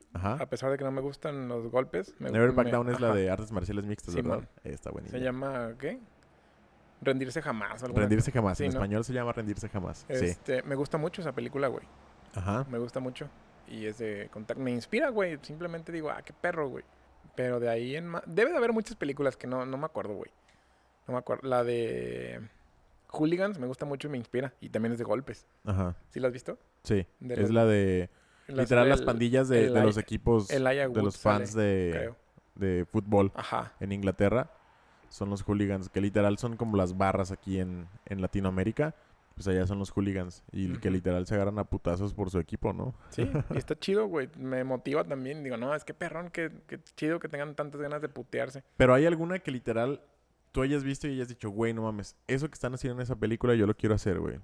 S2: Ajá.
S1: A pesar de que no me gustan los golpes. Me,
S2: Never Back
S1: me-
S2: Down es la
S1: ajá.
S2: de artes marciales mixtas,
S1: Sí,
S2: ¿verdad?
S1: man.
S2: Eh, está buenísima.
S1: Se llama, ¿qué? Rendirse jamás. Alguna
S2: Rendirse
S1: cosa.
S2: jamás.
S1: Sí,
S2: En
S1: ¿no?
S2: español se llama Rendirse jamás. Sí.
S1: Este, me gusta mucho esa película, güey.
S2: Ajá.
S1: Me gusta mucho. Y es de contacto. Me inspira, güey. Simplemente digo, ah, qué perro, güey. Pero de ahí en más... Debe de haber muchas películas que no, no me acuerdo, güey. No me acuerdo. La de Hooligans me gusta mucho y me inspira. Y también es de golpes.
S2: Ajá.
S1: ¿Sí la has visto?
S2: Sí.
S1: De
S2: es
S1: los-
S2: la de...
S1: La
S2: literal,
S1: sale
S2: las
S1: el-
S2: pandillas de,
S1: el
S2: de
S1: Eli-
S2: los equipos...
S1: Elijah
S2: de
S1: Wood
S2: los fans
S1: sale,
S2: de,
S1: creo.
S2: de fútbol
S1: Ajá.
S2: en Inglaterra. Son los hooligans. Que literal son como las barras aquí en, en Latinoamérica. Pues allá son los hooligans. Y que
S1: Ujú.
S2: literal se agarran a putazos por su equipo, ¿no?
S1: Sí, y está chido, güey. Me motiva también. Digo, no, es que perrón, que, que chido que tengan tantas ganas de putearse.
S2: Pero hay alguna que literal tú hayas visto y hayas dicho, güey, no mames, eso que están haciendo en esa película yo lo quiero hacer, güey.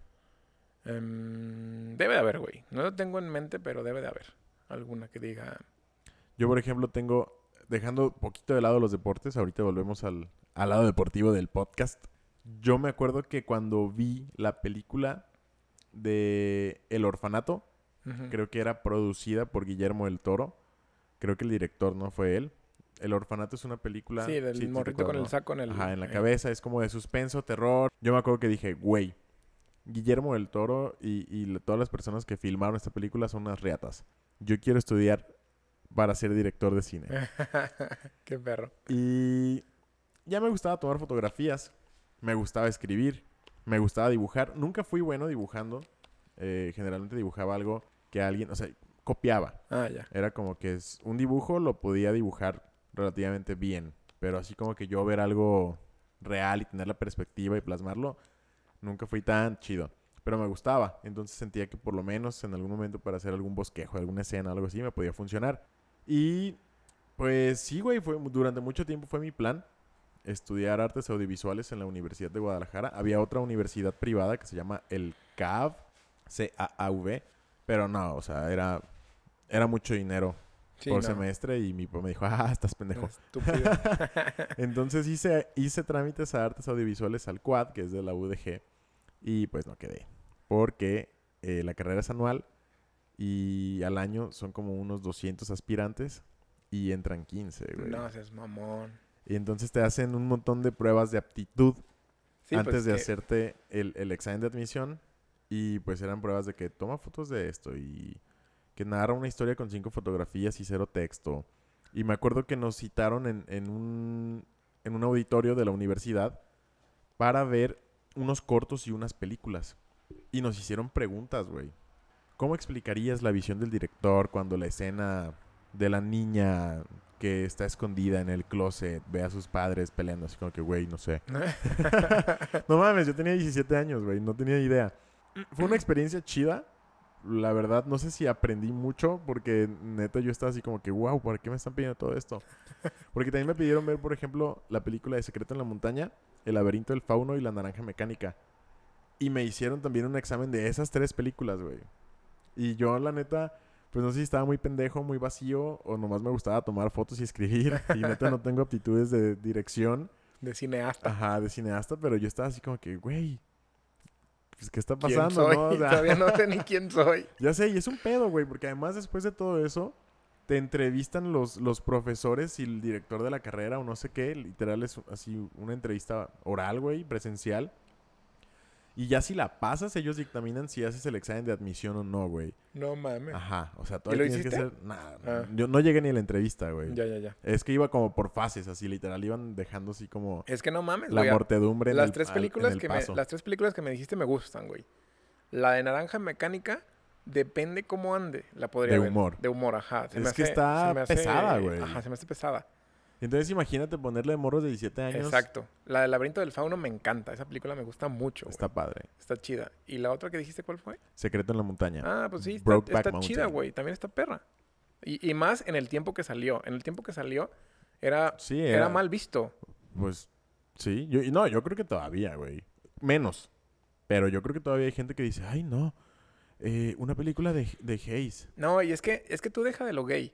S1: Em, debe de haber, güey. No lo tengo en mente, pero debe de haber alguna que diga...
S2: Yo, por ejemplo, tengo, dejando poquito de lado los deportes, ahorita volvemos al, al lado deportivo del podcast. Yo me acuerdo que cuando vi la película de El Orfanato,
S1: Ujú.
S2: creo que era producida por Guillermo del Toro. Creo que el director no fue él. El Orfanato es una película...
S1: Sí, del
S2: te
S1: morrito
S2: acuerdas,
S1: con el
S2: ¿no?
S1: saco en el...
S2: Ajá, en la
S1: eh,
S2: cabeza. Es como de suspenso, terror. Yo me acuerdo que dije, güey, Guillermo del Toro y, y la- todas las personas que filmaron esta película son unas reatas. Yo quiero estudiar para ser director de cine.
S1: Qué perro.
S2: Y ya me gustaba tomar fotografías. Me gustaba escribir. Me gustaba dibujar. Nunca fui bueno dibujando. Eh, generalmente dibujaba algo que alguien... O sea, copiaba.
S1: Ah, ya.
S2: Era como que es un dibujo lo podía dibujar relativamente bien. Pero así como que yo ver algo real y tener la perspectiva y plasmarlo, nunca fui tan chido. Pero me gustaba. Entonces sentía que por lo menos en algún momento para hacer algún bosquejo, alguna escena, algo así, me podía funcionar. Y pues sí, güey, fue, durante mucho tiempo fue mi plan estudiar artes audiovisuales en la Universidad de Guadalajara. Había otra universidad privada que se llama el C A V, C A A V, pero no, o sea, era, era mucho dinero
S1: Sí,
S2: por
S1: no.
S2: semestre y mi papá me dijo, ah, estás pendejo.
S1: Estúpido.
S2: Entonces hice, hice trámites a artes audiovisuales al Quad, que es de la U D G, y pues no quedé. Porque eh, la carrera es anual y al año son como unos doscientos aspirantes y entran quince, güey.
S1: No seas mamón.
S2: Y entonces te hacen un montón de pruebas de aptitud
S1: Sí,
S2: antes
S1: pues
S2: de
S1: que-
S2: hacerte el, el examen de admisión. Y pues eran pruebas de que toma fotos de esto y que narra una historia con cinco fotografías y cero texto. Y me acuerdo que nos citaron en, en, un, en un auditorio de la universidad para ver unos cortos y unas películas. Y nos hicieron preguntas, güey. ¿Cómo explicarías la visión del director cuando la escena de la niña que está escondida en el closet ve a sus padres peleando? Así como que, güey, no sé. No mames, yo tenía diecisiete años, güey. No tenía idea. Fue una experiencia chida. La verdad, no sé si aprendí mucho porque neta yo estaba así como que, wow, ¿por qué me están pidiendo todo esto? Porque también me pidieron ver, por ejemplo, la película de Secreto en la Montaña, El laberinto del fauno y La naranja mecánica. Y me hicieron también un examen de esas tres películas, güey. Y yo, la neta, pues no sé si estaba muy pendejo, muy vacío, o nomás me gustaba tomar fotos y escribir. Y neta no tengo aptitudes de dirección.
S1: De cineasta.
S2: Ajá, de cineasta, pero yo estaba así como que, güey, pues, ¿qué está
S1: ¿Quién
S2: pasando,
S1: soy?
S2: no? O sea,
S1: Todavía no sé ni quién soy.
S2: ya sé, y es un pedo, güey, porque además después de todo eso, te entrevistan los, los profesores y el director de la carrera o no sé qué. Literal es así una entrevista oral, güey, presencial. Y ya si la pasas, ellos dictaminan si haces el examen de admisión o no, güey.
S1: No mames.
S2: Ajá, o sea,
S1: ¿Y
S2: todavía
S1: lo
S2: tienes que
S1: hiciste?
S2: hacer... Nah,
S1: Ah.
S2: yo no llegué ni a la entrevista, güey.
S1: Ya, ya, ya.
S2: Es que iba como por fases, así, literal. Iban dejando así como
S1: Es que no mames,
S2: la
S1: güey.
S2: mortedumbre en
S1: Las
S2: el,
S1: tres
S2: al-
S1: películas
S2: en el
S1: que me,
S2: paso.
S1: las tres películas que me dijiste me gustan, güey. La de Naranja Mecánica, depende cómo ande, la podría
S2: De
S1: ver.
S2: humor.
S1: De humor, ajá. Se
S2: Es
S1: me
S2: que
S1: hace-
S2: está
S1: se me hace-
S2: pesada, güey.
S1: Ajá, se me hace pesada.
S2: Entonces imagínate ponerle morros de diecisiete años.
S1: Exacto. La del Laberinto del Fauno me encanta. Esa película me gusta mucho, güey.
S2: Está padre.
S1: Está chida. ¿Y la otra que dijiste cuál fue?
S2: Secreto en la montaña.
S1: Ah, pues sí, está,
S2: Brokeback
S1: está
S2: Mountain.
S1: chida, güey. También está perra. Y, y más en el tiempo que salió. En el tiempo que salió era,
S2: Sí,
S1: era,
S2: era,
S1: mal visto.
S2: Pues sí. Yo, y no, yo creo que todavía, güey. Menos. Pero yo creo que todavía hay gente que dice, ay, no. eh, una película de, de Hayes.
S1: No, y es que, es que tú deja de lo gay.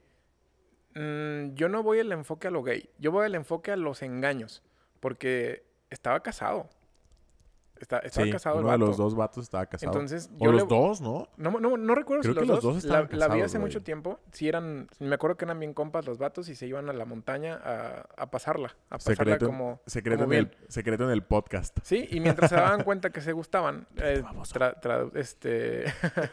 S1: Mm, yo no voy al enfoque a lo gay. Yo voy al enfoque a los engaños. Porque estaba casado. Está, estaba
S2: Sí,
S1: casado el
S2: uno de
S1: vato.
S2: los dos vatos estaba casado.
S1: Entonces,
S2: o
S1: yo
S2: los
S1: le...
S2: dos, ¿no?
S1: No, no, no recuerdo
S2: Creo
S1: si
S2: que
S1: los
S2: los
S1: dos.
S2: dos
S1: La,
S2: estaban
S1: la vi
S2: casados,
S1: hace
S2: güey.
S1: mucho tiempo. Sí eran... Me acuerdo que eran bien compas los vatos y se iban a la montaña a, a pasarla. A pasarla
S2: Secreto,
S1: como,
S2: secreto,
S1: como
S2: en
S1: bien.
S2: el, secreto en el podcast.
S1: Sí, y mientras se daban cuenta que se gustaban, eh,
S2: baboso.
S1: tra- tra- este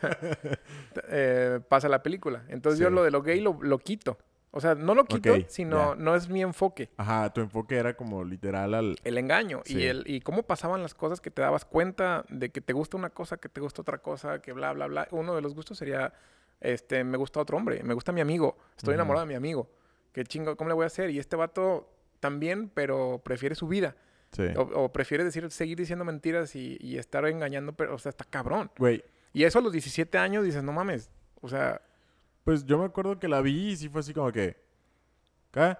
S1: eh, pasa la película. Entonces yo
S2: Sí.
S1: lo de lo gay lo, lo quito. O sea, no lo quito,
S2: Ok,
S1: sino
S2: ya.
S1: no es mi enfoque.
S2: Ajá, tu enfoque era como literal al...
S1: El engaño
S2: Sí.
S1: y el y cómo pasaban las cosas que te dabas cuenta de que te gusta una cosa, que te gusta otra cosa, que bla, bla, bla. Uno de los gustos sería, este, me gusta otro hombre, me gusta mi amigo, estoy
S2: Ujú.
S1: enamorado de mi amigo. ¿Qué chingo, cómo le voy a hacer? Y este vato también, pero prefiere su vida.
S2: Sí.
S1: O, o prefiere decir, seguir diciendo mentiras y, y estar engañando, pero, o sea, está cabrón.
S2: Güey,
S1: Y eso a los diecisiete años dices, no mames, o sea...
S2: pues yo me acuerdo que la vi y sí fue así como que... ¿Qué?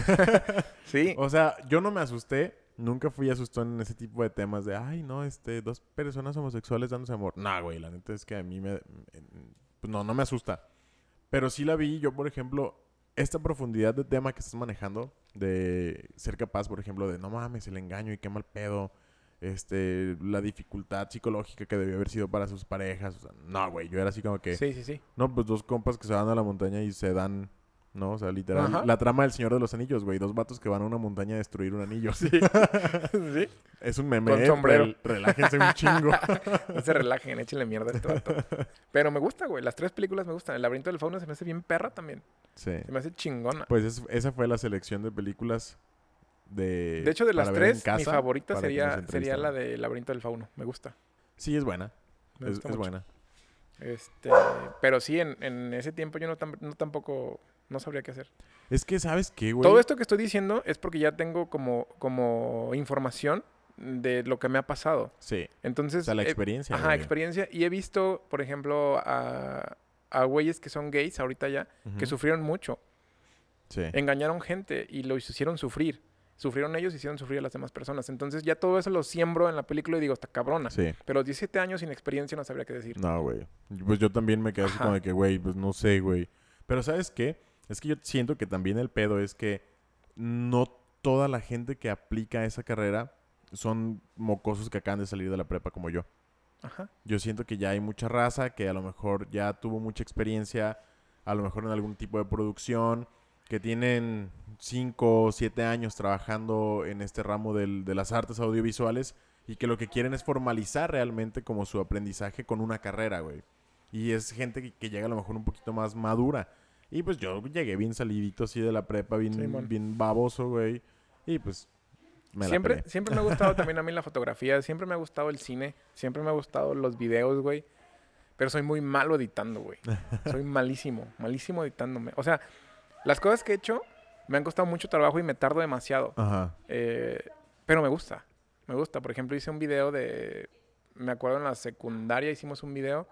S1: Sí.
S2: O sea, yo no me asusté. Nunca fui asustón en ese tipo de temas de... Ay, no, este... Dos personas homosexuales dándose amor. Nah, güey. La neta es que a mí me... Pues no, no me asusta. Pero sí la vi. Yo, por ejemplo... Esta profundidad de tema que estás manejando... De ser capaz, por ejemplo, de... No mames, el engaño y qué mal pedo... Este... La dificultad psicológica que debió haber sido para sus parejas. O sea, no, güey. Yo era así como que...
S1: Sí, sí, sí.
S2: No, pues dos compas que se van a la montaña y se dan... ¿No? O sea, literal.
S1: Ajá.
S2: La trama del Señor de los Anillos, güey. Dos vatos que van a una montaña a destruir un anillo.
S1: Sí. Sí.
S2: Es un meme.
S1: Con
S2: eh,
S1: sombrero.
S2: rel- relájense un chingo.
S1: No se relajen, échenle mierda a este vato. Pero me gusta, güey. Las tres películas me gustan. El laberinto del fauno se me hace bien perra también.
S2: Sí.
S1: Se me hace chingona.
S2: Pues es- esa fue la selección de películas de...
S1: De hecho, de las
S2: para ver en
S1: tres, mi
S2: casa,
S1: favorita
S2: para que nos
S1: sería, sería
S2: entrevistaran.
S1: la de laberinto del fauno. Me gusta.
S2: Sí, es buena.
S1: Me
S2: Es,
S1: gusta
S2: es
S1: mucho.
S2: buena.
S1: Este, pero sí, en, en ese tiempo yo no, tam- no tampoco... No sabría qué hacer.
S2: Es que, ¿sabes qué, güey?
S1: Todo esto que estoy diciendo es porque ya tengo como, como información de lo que me ha pasado.
S2: Sí.
S1: Entonces...
S2: O sea, la
S1: eh,
S2: experiencia,
S1: Ajá,
S2: güey.
S1: experiencia. Y he visto, por ejemplo, a, a güeyes que son gays ahorita ya, que
S2: Ujú.
S1: sufrieron mucho.
S2: Sí.
S1: Engañaron gente y lo hicieron sufrir. Sufrieron ellos y hicieron sufrir a las demás personas. Entonces ya todo eso lo siembro en la película y digo, está cabrona.
S2: Sí.
S1: Pero diecisiete años sin experiencia no sabría qué decir.
S2: No, güey. Pues yo también me quedé así
S1: Ajá.
S2: como de que, güey, pues no sé, güey. Pero ¿sabes qué? Es que yo siento que también el pedo es que no toda la gente que aplica esa carrera son mocosos que acaban de salir de la prepa como yo.
S1: Ajá.
S2: Yo siento que ya hay mucha raza que a lo mejor ya tuvo mucha experiencia, a lo mejor en algún tipo de producción, que tienen cinco o siete años trabajando en este ramo del- de las artes audiovisuales y que lo que quieren es formalizar realmente como su aprendizaje con una carrera, güey. Y es gente que, que llega a lo mejor un poquito más madura. Y pues yo llegué bien salidito así de la prepa, bien,
S1: Simón.
S2: bien baboso, güey. Y pues me la
S1: Siempre,
S2: pelé.
S1: siempre me ha gustado también a mí la fotografía. Siempre me ha gustado el cine. Siempre me ha gustado los videos, güey. Pero soy muy malo editando, güey. Soy malísimo. Malísimo editándome. O sea, las cosas que he hecho me han costado mucho trabajo y me tardo demasiado.
S2: Ajá.
S1: Eh, pero me gusta. Me gusta. Por ejemplo, hice un video de... Me acuerdo en la secundaria hicimos un video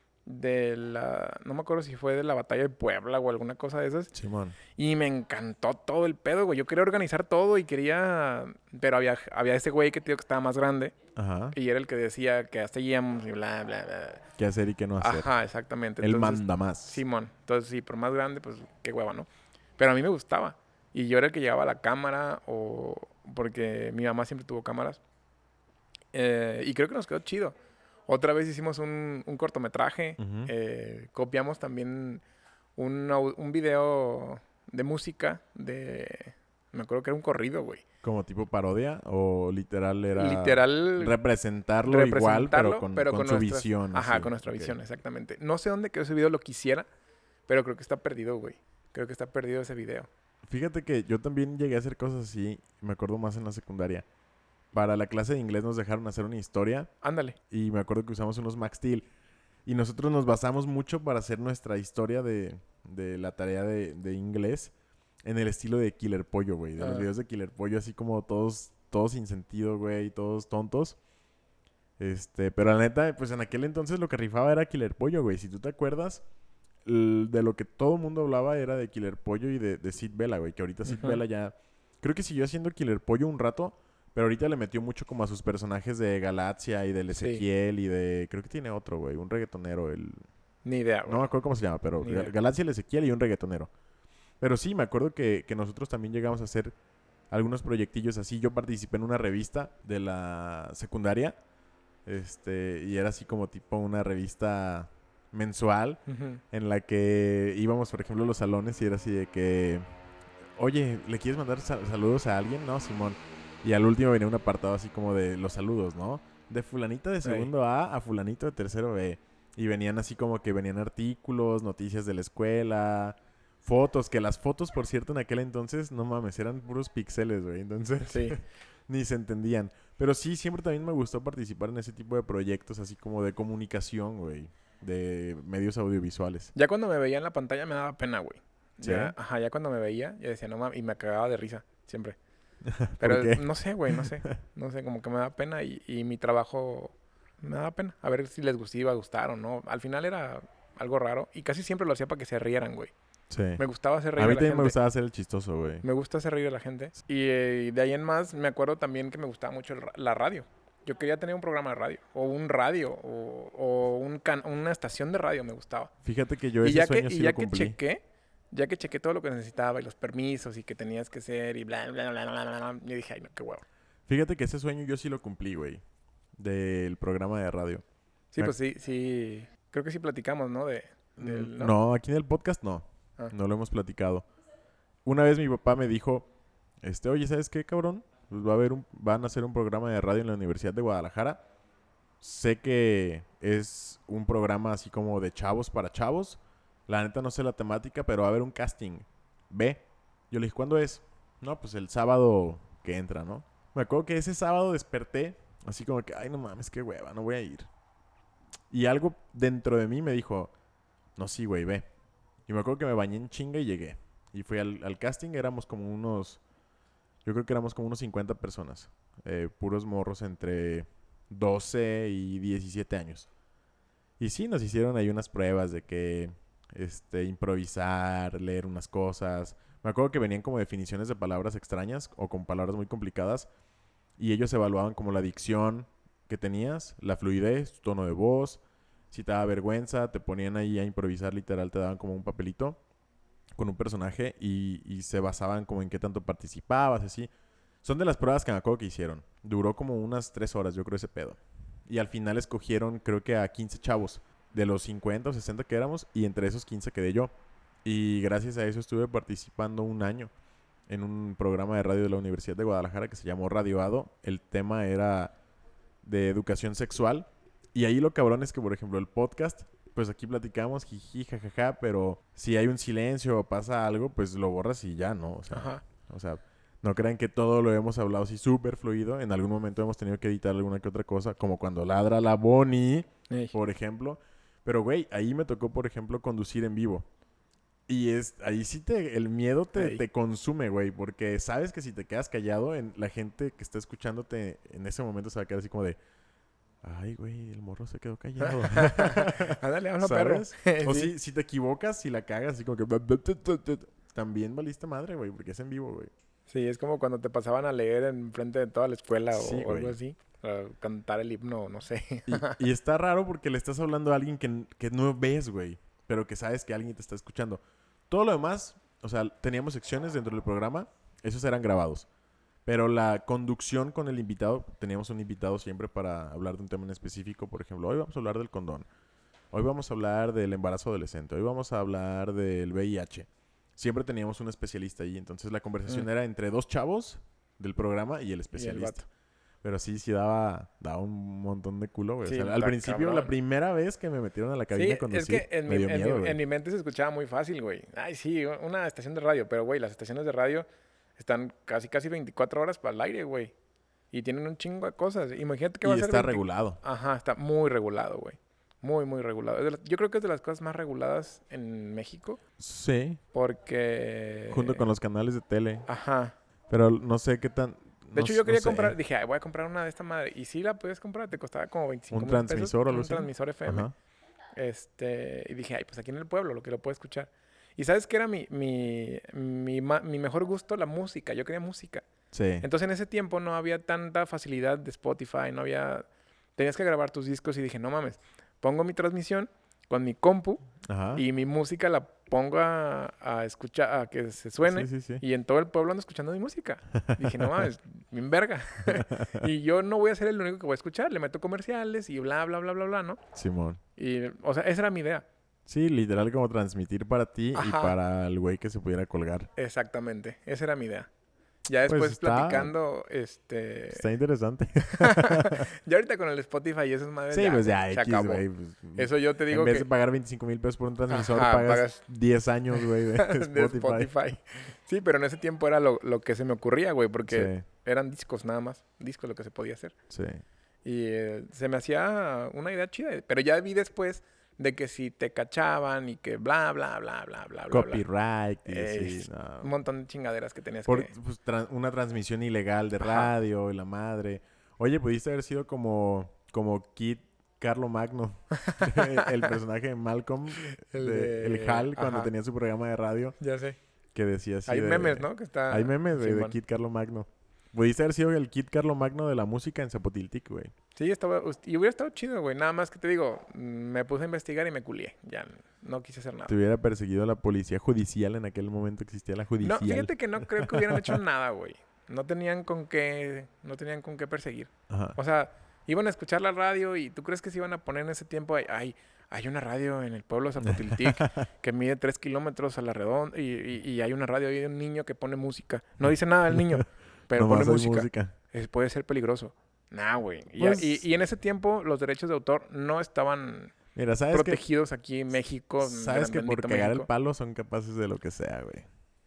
S1: de la... No me acuerdo si fue de la batalla de Puebla o alguna cosa de esas.
S2: Simón.
S1: Y me encantó todo el pedo, güey. Yo quería organizar todo y quería... Pero había, había ese güey que te digo que estaba más grande.
S2: Ajá.
S1: Y era el que decía que hasta seguíamos y bla, bla, bla.
S2: ¿Qué hacer y qué no hacer?
S1: Ajá, exactamente.
S2: Él
S1: Entonces,
S2: manda más.
S1: Simón. Entonces, sí, por más grande, pues qué hueva, ¿no? Pero a mí me gustaba. Y yo era el que llevaba la cámara o... Porque mi mamá siempre tuvo cámaras. Eh, y creo que nos quedó chido. Otra vez hicimos un, un cortometraje.
S2: Ujú.
S1: Eh, copiamos también un, au- un video de música de... Me acuerdo que era un corrido, güey.
S2: ¿Como tipo parodia o literal era
S1: Literal...
S2: representarlo, igual, pero
S1: representarlo,
S2: con,
S1: pero
S2: con
S1: con
S2: su
S1: nuestras-
S2: visión?
S1: Ajá,
S2: así?
S1: con nuestra
S2: Ok.
S1: visión, exactamente. No sé dónde quedó ese video, lo quisiera, pero creo que está perdido, güey. Creo que está perdido ese video.
S2: Fíjate que yo también llegué a hacer cosas así, me acuerdo más en la secundaria. Para la clase de inglés nos dejaron hacer una historia
S1: Ándale.
S2: y me acuerdo que usamos unos Max Steel. Y nosotros nos basamos mucho para hacer nuestra historia de, de la tarea de, de inglés en el estilo de Killer Pollo, güey. De los
S1: Ah.
S2: videos de Killer Pollo, así como todos, todos sin sentido, güey, todos tontos. Este, pero la neta, pues en aquel entonces lo que rifaba era Killer Pollo, güey. Si tú te acuerdas, l- de lo que todo el mundo hablaba era de Killer Pollo y de, de Sid Vela, güey. Que ahorita Sid
S1: Ujú.
S2: Vela ya... Creo que siguió haciendo Killer Pollo un rato, pero ahorita le metió mucho como a sus personajes de Galaxia y del
S1: Sí.
S2: Ezequiel y de... Creo que tiene otro, güey. Un reggaetonero, el...
S1: Ni idea, güey.
S2: No me acuerdo cómo se llama, pero
S1: Ni
S2: Ga-
S1: idea.
S2: Galaxia, el Ezequiel y un reggaetonero. Pero sí, me acuerdo que, que nosotros también llegamos a hacer algunos proyectillos así. Yo participé en una revista de la secundaria Este, y era así como tipo una revista mensual
S1: Ujú.
S2: en la que íbamos, por ejemplo, a los salones y era así de que, oye, ¿le quieres mandar sal- saludos a alguien? No, Simón. Y al último venía un apartado así como de los saludos, ¿no? De fulanita de
S1: Ey.
S2: segundo A a fulanito de tercero B. Y venían así como que venían artículos, noticias de la escuela, fotos, que las fotos, por cierto, en aquel entonces, no mames, eran puros píxeles, güey. Entonces,
S1: Sí.
S2: ni se entendían. Pero sí, siempre también me gustó participar en ese tipo de proyectos, así como de comunicación, güey. De medios audiovisuales.
S1: Ya cuando me veía en la pantalla me daba pena, güey.
S2: ¿Sí?
S1: Ya, ajá, ya cuando me veía, yo decía, no mames, y me cagaba de risa, siempre.
S2: ¿Por
S1: Pero
S2: qué?
S1: no sé, güey, no sé. No sé, como que me da pena y, y mi trabajo me daba pena. A ver si les gustaba, iba a gustar o no. Al final era algo raro y casi siempre lo hacía para que se rieran, güey.
S2: Sí.
S1: Me gustaba hacer
S2: A
S1: reír
S2: mí
S1: a la
S2: también me
S1: gente.
S2: gustaba hacer el chistoso, güey.
S1: Me gusta hacer reír a la gente. Y, eh, y de ahí en más, me acuerdo también que me gustaba mucho el ra- la radio. Yo quería tener un programa de radio, o un radio, o, o un can- una estación de radio me gustaba.
S2: Fíjate que yo
S1: Y
S2: ese
S1: ya que,
S2: sueño
S1: y
S2: sí
S1: ya
S2: lo
S1: que
S2: cumplí.
S1: chequé, ya que chequé todo lo que necesitaba y los permisos y que tenías que ser y bla, bla, bla, bla, bla, bla, yo dije, ay, no, qué huevo.
S2: Fíjate que ese sueño yo sí lo cumplí, güey. Del programa de radio.
S1: Sí,
S2: Me
S1: pues sí, sí, creo que sí platicamos, ¿no? De,
S2: Mm,
S1: del, ¿no?
S2: No, aquí en el podcast no.
S1: Ah,
S2: No lo hemos platicado. Una vez mi papá me dijo, este, oye, ¿sabes qué, cabrón? Pues va a haber un, van a hacer un programa de radio en la Universidad de Guadalajara. Sé que es un programa así como de chavos para chavos. La neta no sé la temática, pero va a haber un casting. Ve. Yo le dije, ¿cuándo es? No, pues el sábado que entra, ¿no? Me acuerdo que ese sábado desperté así como que, ay, no mames, qué hueva, no voy a ir. Y algo dentro de mí me dijo, no, sí, güey, ve. Y me acuerdo que me bañé en chinga y llegué. Y fui al, al casting, éramos como unos, yo creo que éramos como unos cincuenta personas. Eh, puros morros entre doce y diecisiete años. Y sí, nos hicieron ahí unas pruebas de que, este, improvisar, leer unas cosas. Me acuerdo que venían como definiciones de palabras extrañas o con palabras muy complicadas. Y ellos evaluaban como la dicción que tenías, la fluidez, tu tono de voz. Si te daba vergüenza, te ponían ahí a improvisar literal, te daban como un papelito con un personaje y, y se basaban como en qué tanto participabas, así. Son de las pruebas que me acuerdo que hicieron. Duró como unas tres horas, yo creo, ese pedo. Y al final escogieron, creo que a quince chavos, de los cincuenta o sesenta que éramos, y entre esos quince quedé yo. Y gracias a eso estuve participando un año en un programa de radio de la Universidad de Guadalajara que se llamó Radioado. El tema era de educación sexual. Y ahí lo cabrón es que, por ejemplo, el podcast, pues aquí platicamos, jiji, jajaja, pero si hay un silencio o pasa algo, pues lo borras y ya, ¿no? O sea,
S1: ajá.
S2: o sea, no crean que todo lo hemos hablado así súper fluido. En algún momento hemos tenido que editar alguna que otra cosa, como cuando ladra la Bonnie,
S1: Ey.
S2: por ejemplo. Pero, güey, ahí me tocó, por ejemplo, conducir en vivo. Y es, ahí sí te, el miedo te,
S1: Ey.
S2: te consume, güey, porque sabes que si te quedas callado, en, la gente que está escuchándote en ese momento se va a quedar así como de, ay, güey, el morro se quedó callado.
S1: Ándale, habla perro.
S2: ¿Sabes? O
S1: Sí.
S2: si, si te equivocas, si la cagas, así como que... También valiste madre, güey, porque es en vivo, güey.
S1: Sí, es como cuando te pasaban a leer en frente de toda la escuela
S2: Sí,
S1: o, o algo
S2: güey.
S1: así. O cantar el himno, no sé.
S2: Y, y está raro porque le estás hablando a alguien que, que no ves, güey, pero que sabes que alguien te está escuchando. Todo lo demás, o sea, teníamos secciones dentro del programa, esos eran grabados. Pero la conducción con el invitado, teníamos un invitado siempre para hablar de un tema en específico. Por ejemplo, hoy vamos a hablar del condón. Hoy vamos a hablar del embarazo adolescente. Hoy vamos a hablar del V I H. Siempre teníamos un especialista ahí. Entonces la conversación
S1: Mm.
S2: era entre dos chavos del programa y el
S1: Y el
S2: especialista.
S1: vato.
S2: Pero sí, sí daba, daba un montón de culo, güey.
S1: Sí,
S2: O sea, al
S1: está
S2: principio, la
S1: cabrón.
S2: primera vez que me metieron a la cabina
S1: Sí,
S2: a
S1: es
S2: conducir,
S1: que en
S2: me
S1: mi,
S2: dio
S1: en,
S2: miedo,
S1: mi,
S2: güey.
S1: en mi mente se escuchaba muy fácil, güey. Ay, sí, una estación de radio, pero güey, las estaciones de radio están casi, casi veinticuatro horas para el aire, güey. Y tienen un chingo de cosas. Imagínate que va
S2: Y
S1: a ser
S2: está
S1: veinte.
S2: regulado.
S1: Ajá, está muy regulado, güey. Muy, muy regulado. Es de las- yo creo que es de las cosas más reguladas en México
S2: Sí, junto con
S1: porque...
S2: los canales de tele.
S1: Ajá.
S2: Pero no sé qué tan...
S1: De
S2: No,
S1: hecho,
S2: s-
S1: yo
S2: no
S1: quería
S2: sé.
S1: comprar, dije, "Ay, voy a comprar una de esta madre. Y sí la puedes comprar, te costaba como veinticinco
S2: ¿Un
S1: mil pesos,
S2: transmisor o algo
S1: un
S2: así?
S1: transmisor F M.
S2: Ajá.
S1: Este, y dije, ay, pues aquí en el pueblo, lo que lo puedo escuchar. Y sabes qué era mi, mi, mi, ma- mi mejor gusto, la música. Yo quería música.
S2: Sí.
S1: Entonces en ese tiempo no había tanta facilidad de Spotify, no había... Tenías que grabar tus discos y dije, no mames, pongo mi transmisión con mi compu
S2: Ajá.
S1: y mi música la pongo a, a escuchar, a que se suene.
S2: Sí, sí, sí.
S1: Y en todo el pueblo ando escuchando mi música. Dije, no mames, bien verga. Y yo no voy a ser el único que voy a escuchar. Le meto comerciales y bla, bla, bla, bla, bla, ¿no?
S2: Simón.
S1: Y, o sea, esa era mi idea.
S2: Sí, literal como transmitir para ti y
S1: Ajá,
S2: para el güey que se pudiera colgar.
S1: exactamente. Esa era mi idea. Ya
S2: Pues
S1: después
S2: está,
S1: platicando, este...
S2: está interesante.
S1: Ya ahorita con el Spotify y esas madres,
S2: Sí,
S1: ya,
S2: pues
S1: güey,
S2: ya,
S1: se
S2: X,
S1: acabó.
S2: güey. Pues,
S1: Eso yo te
S2: en
S1: digo
S2: vez
S1: que...
S2: de pagar veinticinco mil pesos por un transmisor,
S1: Ajá,
S2: pagas
S1: pagas
S2: diez años, güey, de
S1: de
S2: Spotify.
S1: Spotify. Sí, pero en ese tiempo era lo, lo que se me ocurría, güey, porque
S2: Sí,
S1: eran discos nada más. Discos lo que se podía hacer.
S2: sí.
S1: Y eh, se me hacía una idea chida. Pero ya vi después de que si te cachaban y que bla, bla, bla, bla, bla, bla, bla.
S2: Copyright y
S1: Eh,
S2: sí, no.
S1: Un montón de chingaderas que tenías
S2: Por
S1: que...
S2: pues, tran- una transmisión ilegal de
S1: Ajá.
S2: radio y la madre. Oye, pudiste haber sido como, como Kid Carlo Magno, el personaje de Malcolm,
S1: El
S2: de, el
S1: de...
S2: Hal, cuando
S1: Ajá,
S2: tenía su programa de radio,
S1: ya sé.
S2: que decía así
S1: Hay
S2: de...
S1: memes, ¿no? Que
S2: Hay
S1: está...
S2: memes, güey, de
S1: Simón.
S2: Kid Carlo Magno. Pudiste haber sido el Kid Carlo Magno de la música en Zapotiltic, güey.
S1: Sí, estaba... Y hubiera estado chido, güey. Nada más que te digo, mm, me puse a investigar y me culié. Ya no quise hacer nada.
S2: Te hubiera perseguido la policía judicial, en aquel momento existía la
S1: No,
S2: judicial.
S1: fíjate que no creo que hubieran hecho nada, güey. No tenían con qué... No tenían con qué perseguir.
S2: Ajá.
S1: O sea, iban a escuchar la radio y ¿tú crees que se iban a poner en ese tiempo? Ay, ay, hay una radio en el pueblo de Zapotiltic que mide tres kilómetros a la redonda y, y- y hay una radio y hay un niño que pone música. No dice nada el niño, pero
S2: Nomás
S1: pone
S2: hay
S1: música.
S2: música.
S1: Es- puede ser peligroso. Nah, güey. Y,
S2: Pues-
S1: y- y en ese tiempo los derechos de autor no estaban
S2: Mira, ¿sabes que
S1: protegidos aquí en México. en
S2: Sabes
S1: gran
S2: que por
S1: bendito
S2: cagar el
S1: México.
S2: palo son capaces de lo que sea, güey.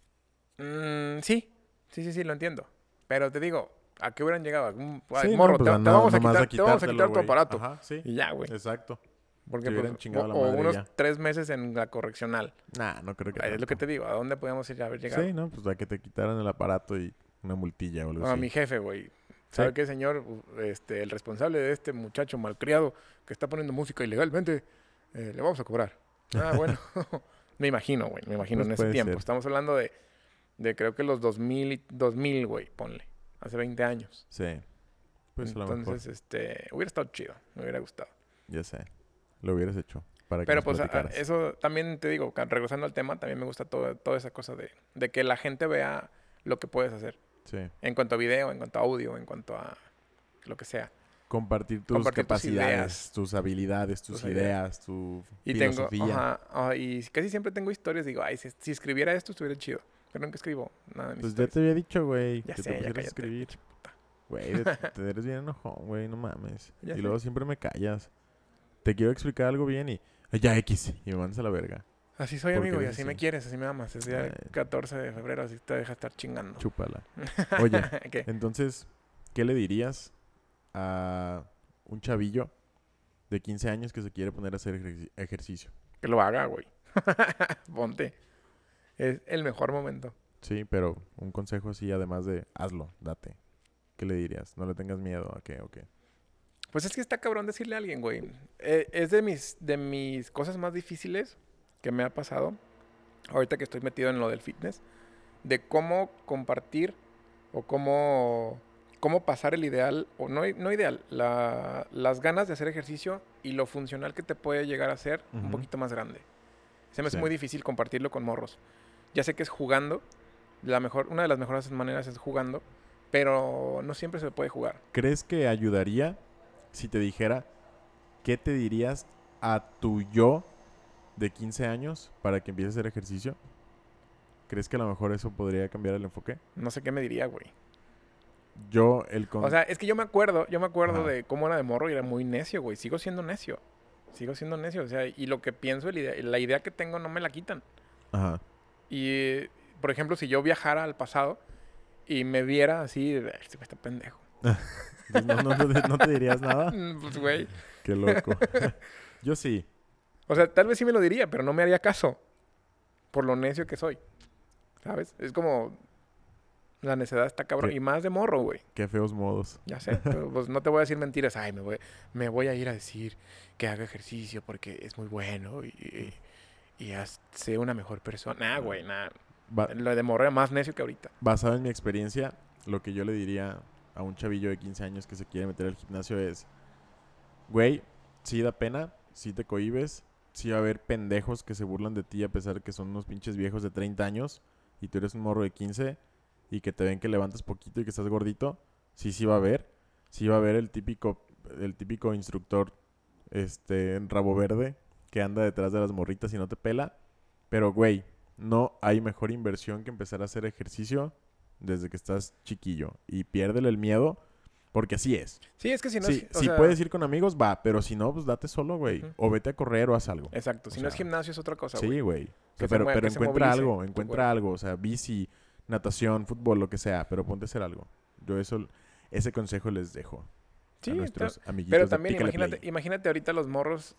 S1: Mm, sí, sí, sí, sí, lo entiendo. Pero te digo, ¿a qué hubieran llegado? Un- ay,
S2: Sí, no,
S1: morro,
S2: pues,
S1: te,
S2: a
S1: te
S2: nada-
S1: vamos a
S2: nomás
S1: quitar,
S2: a
S1: te vamos a
S2: quitártelo,
S1: quitar tu
S2: güey.
S1: aparato.
S2: Ajá, sí.
S1: Y ya, güey.
S2: Exacto.
S1: Porque
S2: Te
S1: pues,
S2: hubieran chingado
S1: o,
S2: la
S1: o
S2: madre
S1: unos
S2: ya.
S1: tres meses en la correccional.
S2: Nah, no creo que
S1: Ay, es lo que
S2: tanto.
S1: te digo. ¿A dónde podíamos ir a haber llegado?
S2: Sí, no, pues a que te quitaran el aparato y una multilla o algo
S1: A
S2: así.
S1: mi jefe, güey. ¿Sabe
S2: Sí.
S1: qué, señor? U- Este, el responsable de este muchacho malcriado que está poniendo música ilegalmente, eh, le vamos a cobrar. Ah, bueno. Me imagino, güey. Me imagino
S2: Pues
S1: en ese
S2: puede
S1: tiempo.
S2: ser.
S1: Estamos hablando de, de creo que los dos mil, y- dos mil, güey, ponle. Hace veinte años.
S2: Sí. Pues a lo mejor.
S1: Entonces, este, hubiera estado chido. Me hubiera gustado.
S2: Ya sé. Lo hubieras hecho. Para que
S1: Pero
S2: nos
S1: pues a- a-
S2: platicaras.
S1: eso también te digo, ca- regresando al tema, también me gusta todo, toda esa cosa de, de que la gente vea lo que puedes hacer.
S2: Sí.
S1: En cuanto a video, en cuanto a audio, en cuanto a lo que sea.
S2: Compartir tus
S1: Compartir tus
S2: capacidades,
S1: ideas.
S2: tus, habilidades, tus,
S1: Tus
S2: ideas, tu
S1: Y tengo,
S2: filosofía.
S1: ajá, ajá, y casi siempre tengo historias. Digo, ay, si, si escribiera esto estuviera chido. Pero nunca escribo nada de mis
S2: Pues ya
S1: historias.
S2: te había dicho, güey,
S1: Ya
S2: que
S1: sé,
S2: te
S1: ya
S2: pusieras a
S1: cállate,
S2: escribir.
S1: pinche puta.
S2: Güey, te, te eres bien enojón, güey, no mames.
S1: Ya
S2: y
S1: sé.
S2: luego siempre me callas. Te quiero explicar algo bien y... "Ay, ya, X. Y me mandas a la verga.
S1: Así soy,
S2: Porque
S1: amigo, y
S2: eres
S1: así me
S2: así.
S1: quieres, así me amas. Es día
S2: Ay.
S1: catorce de febrero, así te deja estar chingando.
S2: Chúpala. Oye,
S1: ¿Qué?
S2: entonces, ¿qué le dirías a un chavillo de quince años que se quiere poner a hacer ejerci- ejercicio?
S1: Que lo haga, güey. Ponte. Es el mejor momento.
S2: Sí, pero un consejo así, además de hazlo, date. ¿Qué le dirías? No le tengas miedo a qué o qué.
S1: Pues es que está cabrón decirle a alguien, güey. Eh, es de mis, de mis cosas más difíciles que me ha pasado. Ahorita que estoy metido en lo del fitness. De cómo compartir o cómo, cómo pasar el ideal, o no, no ideal, la- las ganas de hacer ejercicio y lo funcional que te puede llegar a ser un
S2: Ujú.
S1: poquito más grande. Se me hace
S2: Sí.
S1: muy difícil compartirlo con morros. Ya sé que es jugando. La mejor, una de las mejores maneras es jugando. Pero no siempre se puede jugar.
S2: ¿Crees que ayudaría si te dijera qué te dirías a tu yo de quince años para que empieces a hacer ejercicio? ¿Crees que a lo mejor eso podría cambiar el enfoque?
S1: No sé qué me diría, güey.
S2: Yo, el con...
S1: O sea, es que yo me acuerdo, yo me acuerdo
S2: Ajá.
S1: de cómo era de morro y era muy necio, güey. Sigo siendo necio. Sigo siendo necio. O sea, y lo que pienso, el idea- la idea que tengo no me la quitan.
S2: Ajá.
S1: Y, por ejemplo, si yo viajara al pasado y me viera así, de, este güey está pendejo.
S2: Entonces, no, no, no te- no te dirías nada.
S1: Mm, Pues, güey.
S2: Qué loco. Yo sí.
S1: O sea, tal vez sí me lo diría, pero no me haría caso. Por lo necio que soy. ¿Sabes? Es como... La necedad está cabrón.
S2: ¿Qué?
S1: Y más de morro, güey.
S2: Qué feos modos.
S1: Ya sé, pero pues no te voy a decir mentiras. Ay, me voy, me voy a ir a decir que haga ejercicio porque es muy bueno y, y, y haz- sé una mejor persona. Nah, güey, nah.
S2: Ba-
S1: Lo de morro era más necio que ahorita.
S2: basado en mi experiencia, lo que yo le diría a un chavillo de quince años que se quiere meter al gimnasio es, güey, sí da pena, sí te cohibes, sí va a haber pendejos que se burlan de ti a pesar de que son unos pinches viejos de treinta años y tú eres un morro de quince y que te ven que levantas poquito y que estás gordito. Sí, sí va a haber. Sí va a haber el típico, el típico instructor este, en rabo verde que anda detrás de las morritas y no te pela. Pero, güey, no hay mejor inversión que empezar a hacer ejercicio desde que estás chiquillo. Y piérdele el miedo, porque así es.
S1: Sí, es que si no
S2: Sí,
S1: es... o
S2: si
S1: sea,
S2: puedes ir con amigos, va. Pero si no, pues date solo, güey.
S1: Ujú.
S2: O vete a correr o haz algo.
S1: Exacto.
S2: O
S1: Si no es
S2: sea,
S1: gimnasio, es otra cosa, güey.
S2: Sí, güey. O
S1: Que
S2: sea,
S1: se
S2: pero
S1: mueva-
S2: pero
S1: que se
S2: encuentra
S1: movilice
S2: algo,
S1: tu
S2: encuentra
S1: cuerpo.
S2: algo. O sea, bici, natación, fútbol, lo que sea. Pero ponte a hacer algo. Yo eso, ese consejo les dejo
S1: Sí,
S2: a
S1: está-
S2: nuestros amiguitos
S1: pero
S2: de
S1: también
S2: Pícale
S1: imagínate,
S2: Play.
S1: imagínate ahorita los morros,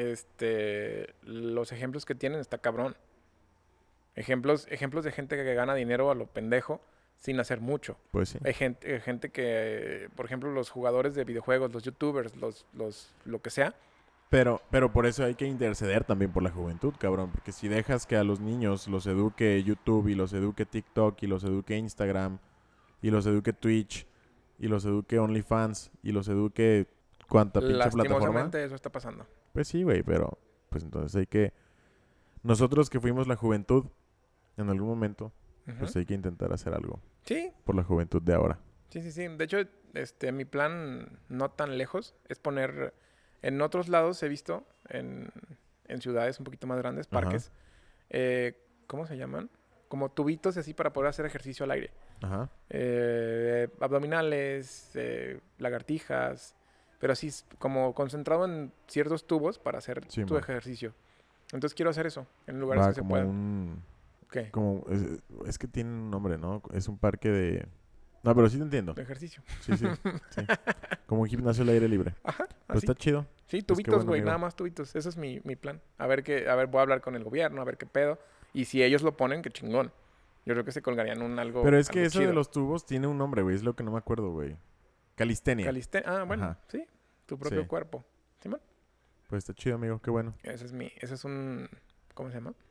S1: este, los ejemplos que tienen, está cabrón. Ejemplos, ejemplos de gente que gana dinero a lo pendejo sin hacer mucho.
S2: Pues sí.
S1: Hay gente, hay gente que, por ejemplo, los jugadores de videojuegos, los youtubers, los, los, lo que sea.
S2: Pero, pero por eso hay que interceder también por la juventud, cabrón. Porque si dejas que a los niños los eduque YouTube y los eduque TikTok y los eduque Instagram y los eduque Twitch y los eduque OnlyFans y los eduque cuanta pinche plataforma,
S1: Lastimosamente eso está pasando.
S2: pues sí, güey, pero pues entonces hay que... Nosotros que fuimos la juventud en algún momento,
S1: Ujú.
S2: pues hay que intentar hacer algo
S1: Sí,
S2: por la juventud de ahora.
S1: sí, sí, sí. De hecho, este, mi plan no tan lejos es poner... En otros lados he visto, en, en ciudades un poquito más grandes,
S2: Ajá.
S1: parques, eh, ¿cómo se llaman? Como tubitos así para poder hacer ejercicio al aire.
S2: Ajá.
S1: Eh, abdominales, eh, lagartijas, pero así es como concentrado en ciertos tubos para hacer
S2: Sí,
S1: tu
S2: man.
S1: ejercicio. Entonces quiero hacer eso en lugares
S2: Va
S1: que se
S2: como
S1: puedan.
S2: un...
S1: ¿Qué?
S2: Como, es, es que tiene un nombre, ¿no? Es un parque de... No, pero sí te entiendo.
S1: De ejercicio.
S2: Sí, sí, sí. Como un gimnasio al aire libre.
S1: Ajá,
S2: Pero
S1: así.
S2: está chido.
S1: Sí,
S2: qué
S1: tubitos,
S2: bueno,
S1: güey,
S2: amigo.
S1: nada más tubitos. Ese es mi, mi plan. A ver qué, a ver, voy a hablar con el gobierno, a ver qué pedo. Y si ellos lo ponen, qué chingón. Yo creo que se colgarían un algo.
S2: Pero es que
S1: algo
S2: eso
S1: chido.
S2: de los tubos tiene un nombre, güey. Es lo que no me acuerdo, güey. Calistenia.
S1: Caliste- Ah, bueno,
S2: Ajá.
S1: sí. Tu propio
S2: Sí.
S1: cuerpo. Simón.
S2: Pues está chido, amigo. Qué bueno.
S1: Ese es mi, ese es un, ¿cómo se llama?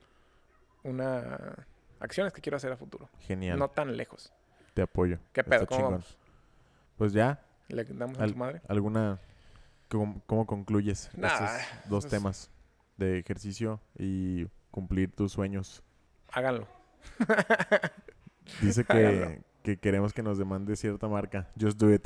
S1: Una acciones que quiero hacer a futuro.
S2: Genial.
S1: No tan lejos.
S2: Te apoyo.
S1: ¿Qué pedo?
S2: Está
S1: ¿Cómo
S2: chingón.
S1: vamos?
S2: Pues ya.
S1: ¿Le damos a
S2: Al-
S1: tu madre?
S2: ¿Alguna... ¿Cómo, cómo concluyes
S1: Nah,
S2: estos dos
S1: pues-
S2: temas de ejercicio y cumplir tus sueños?
S1: Háganlo.
S2: Dice
S1: Háganlo.
S2: que, que queremos que nos demande cierta marca. Just do it.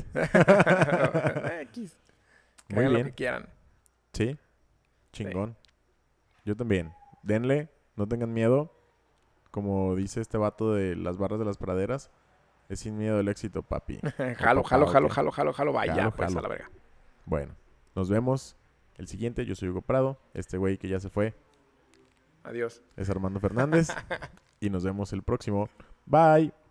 S1: X. Que
S2: Muy
S1: hagan lo
S2: bien.
S1: que quieran.
S2: Sí. Chingón. Yo también. Denle. No tengan miedo. Como dice este vato de las barras de las praderas. Es sin miedo el éxito, papi.
S1: Jalo,
S2: papá,
S1: jalo,
S2: ¿o
S1: jalo,
S2: qué?
S1: jalo, jalo, jalo. Vaya,
S2: Jalo,
S1: pues
S2: jalo.
S1: a la verga.
S2: Bueno. Nos vemos. El siguiente. Yo soy Hugo Prado. Este güey que ya se fue
S1: Adiós.
S2: es Armando Fernández. Y nos vemos el próximo. Bye.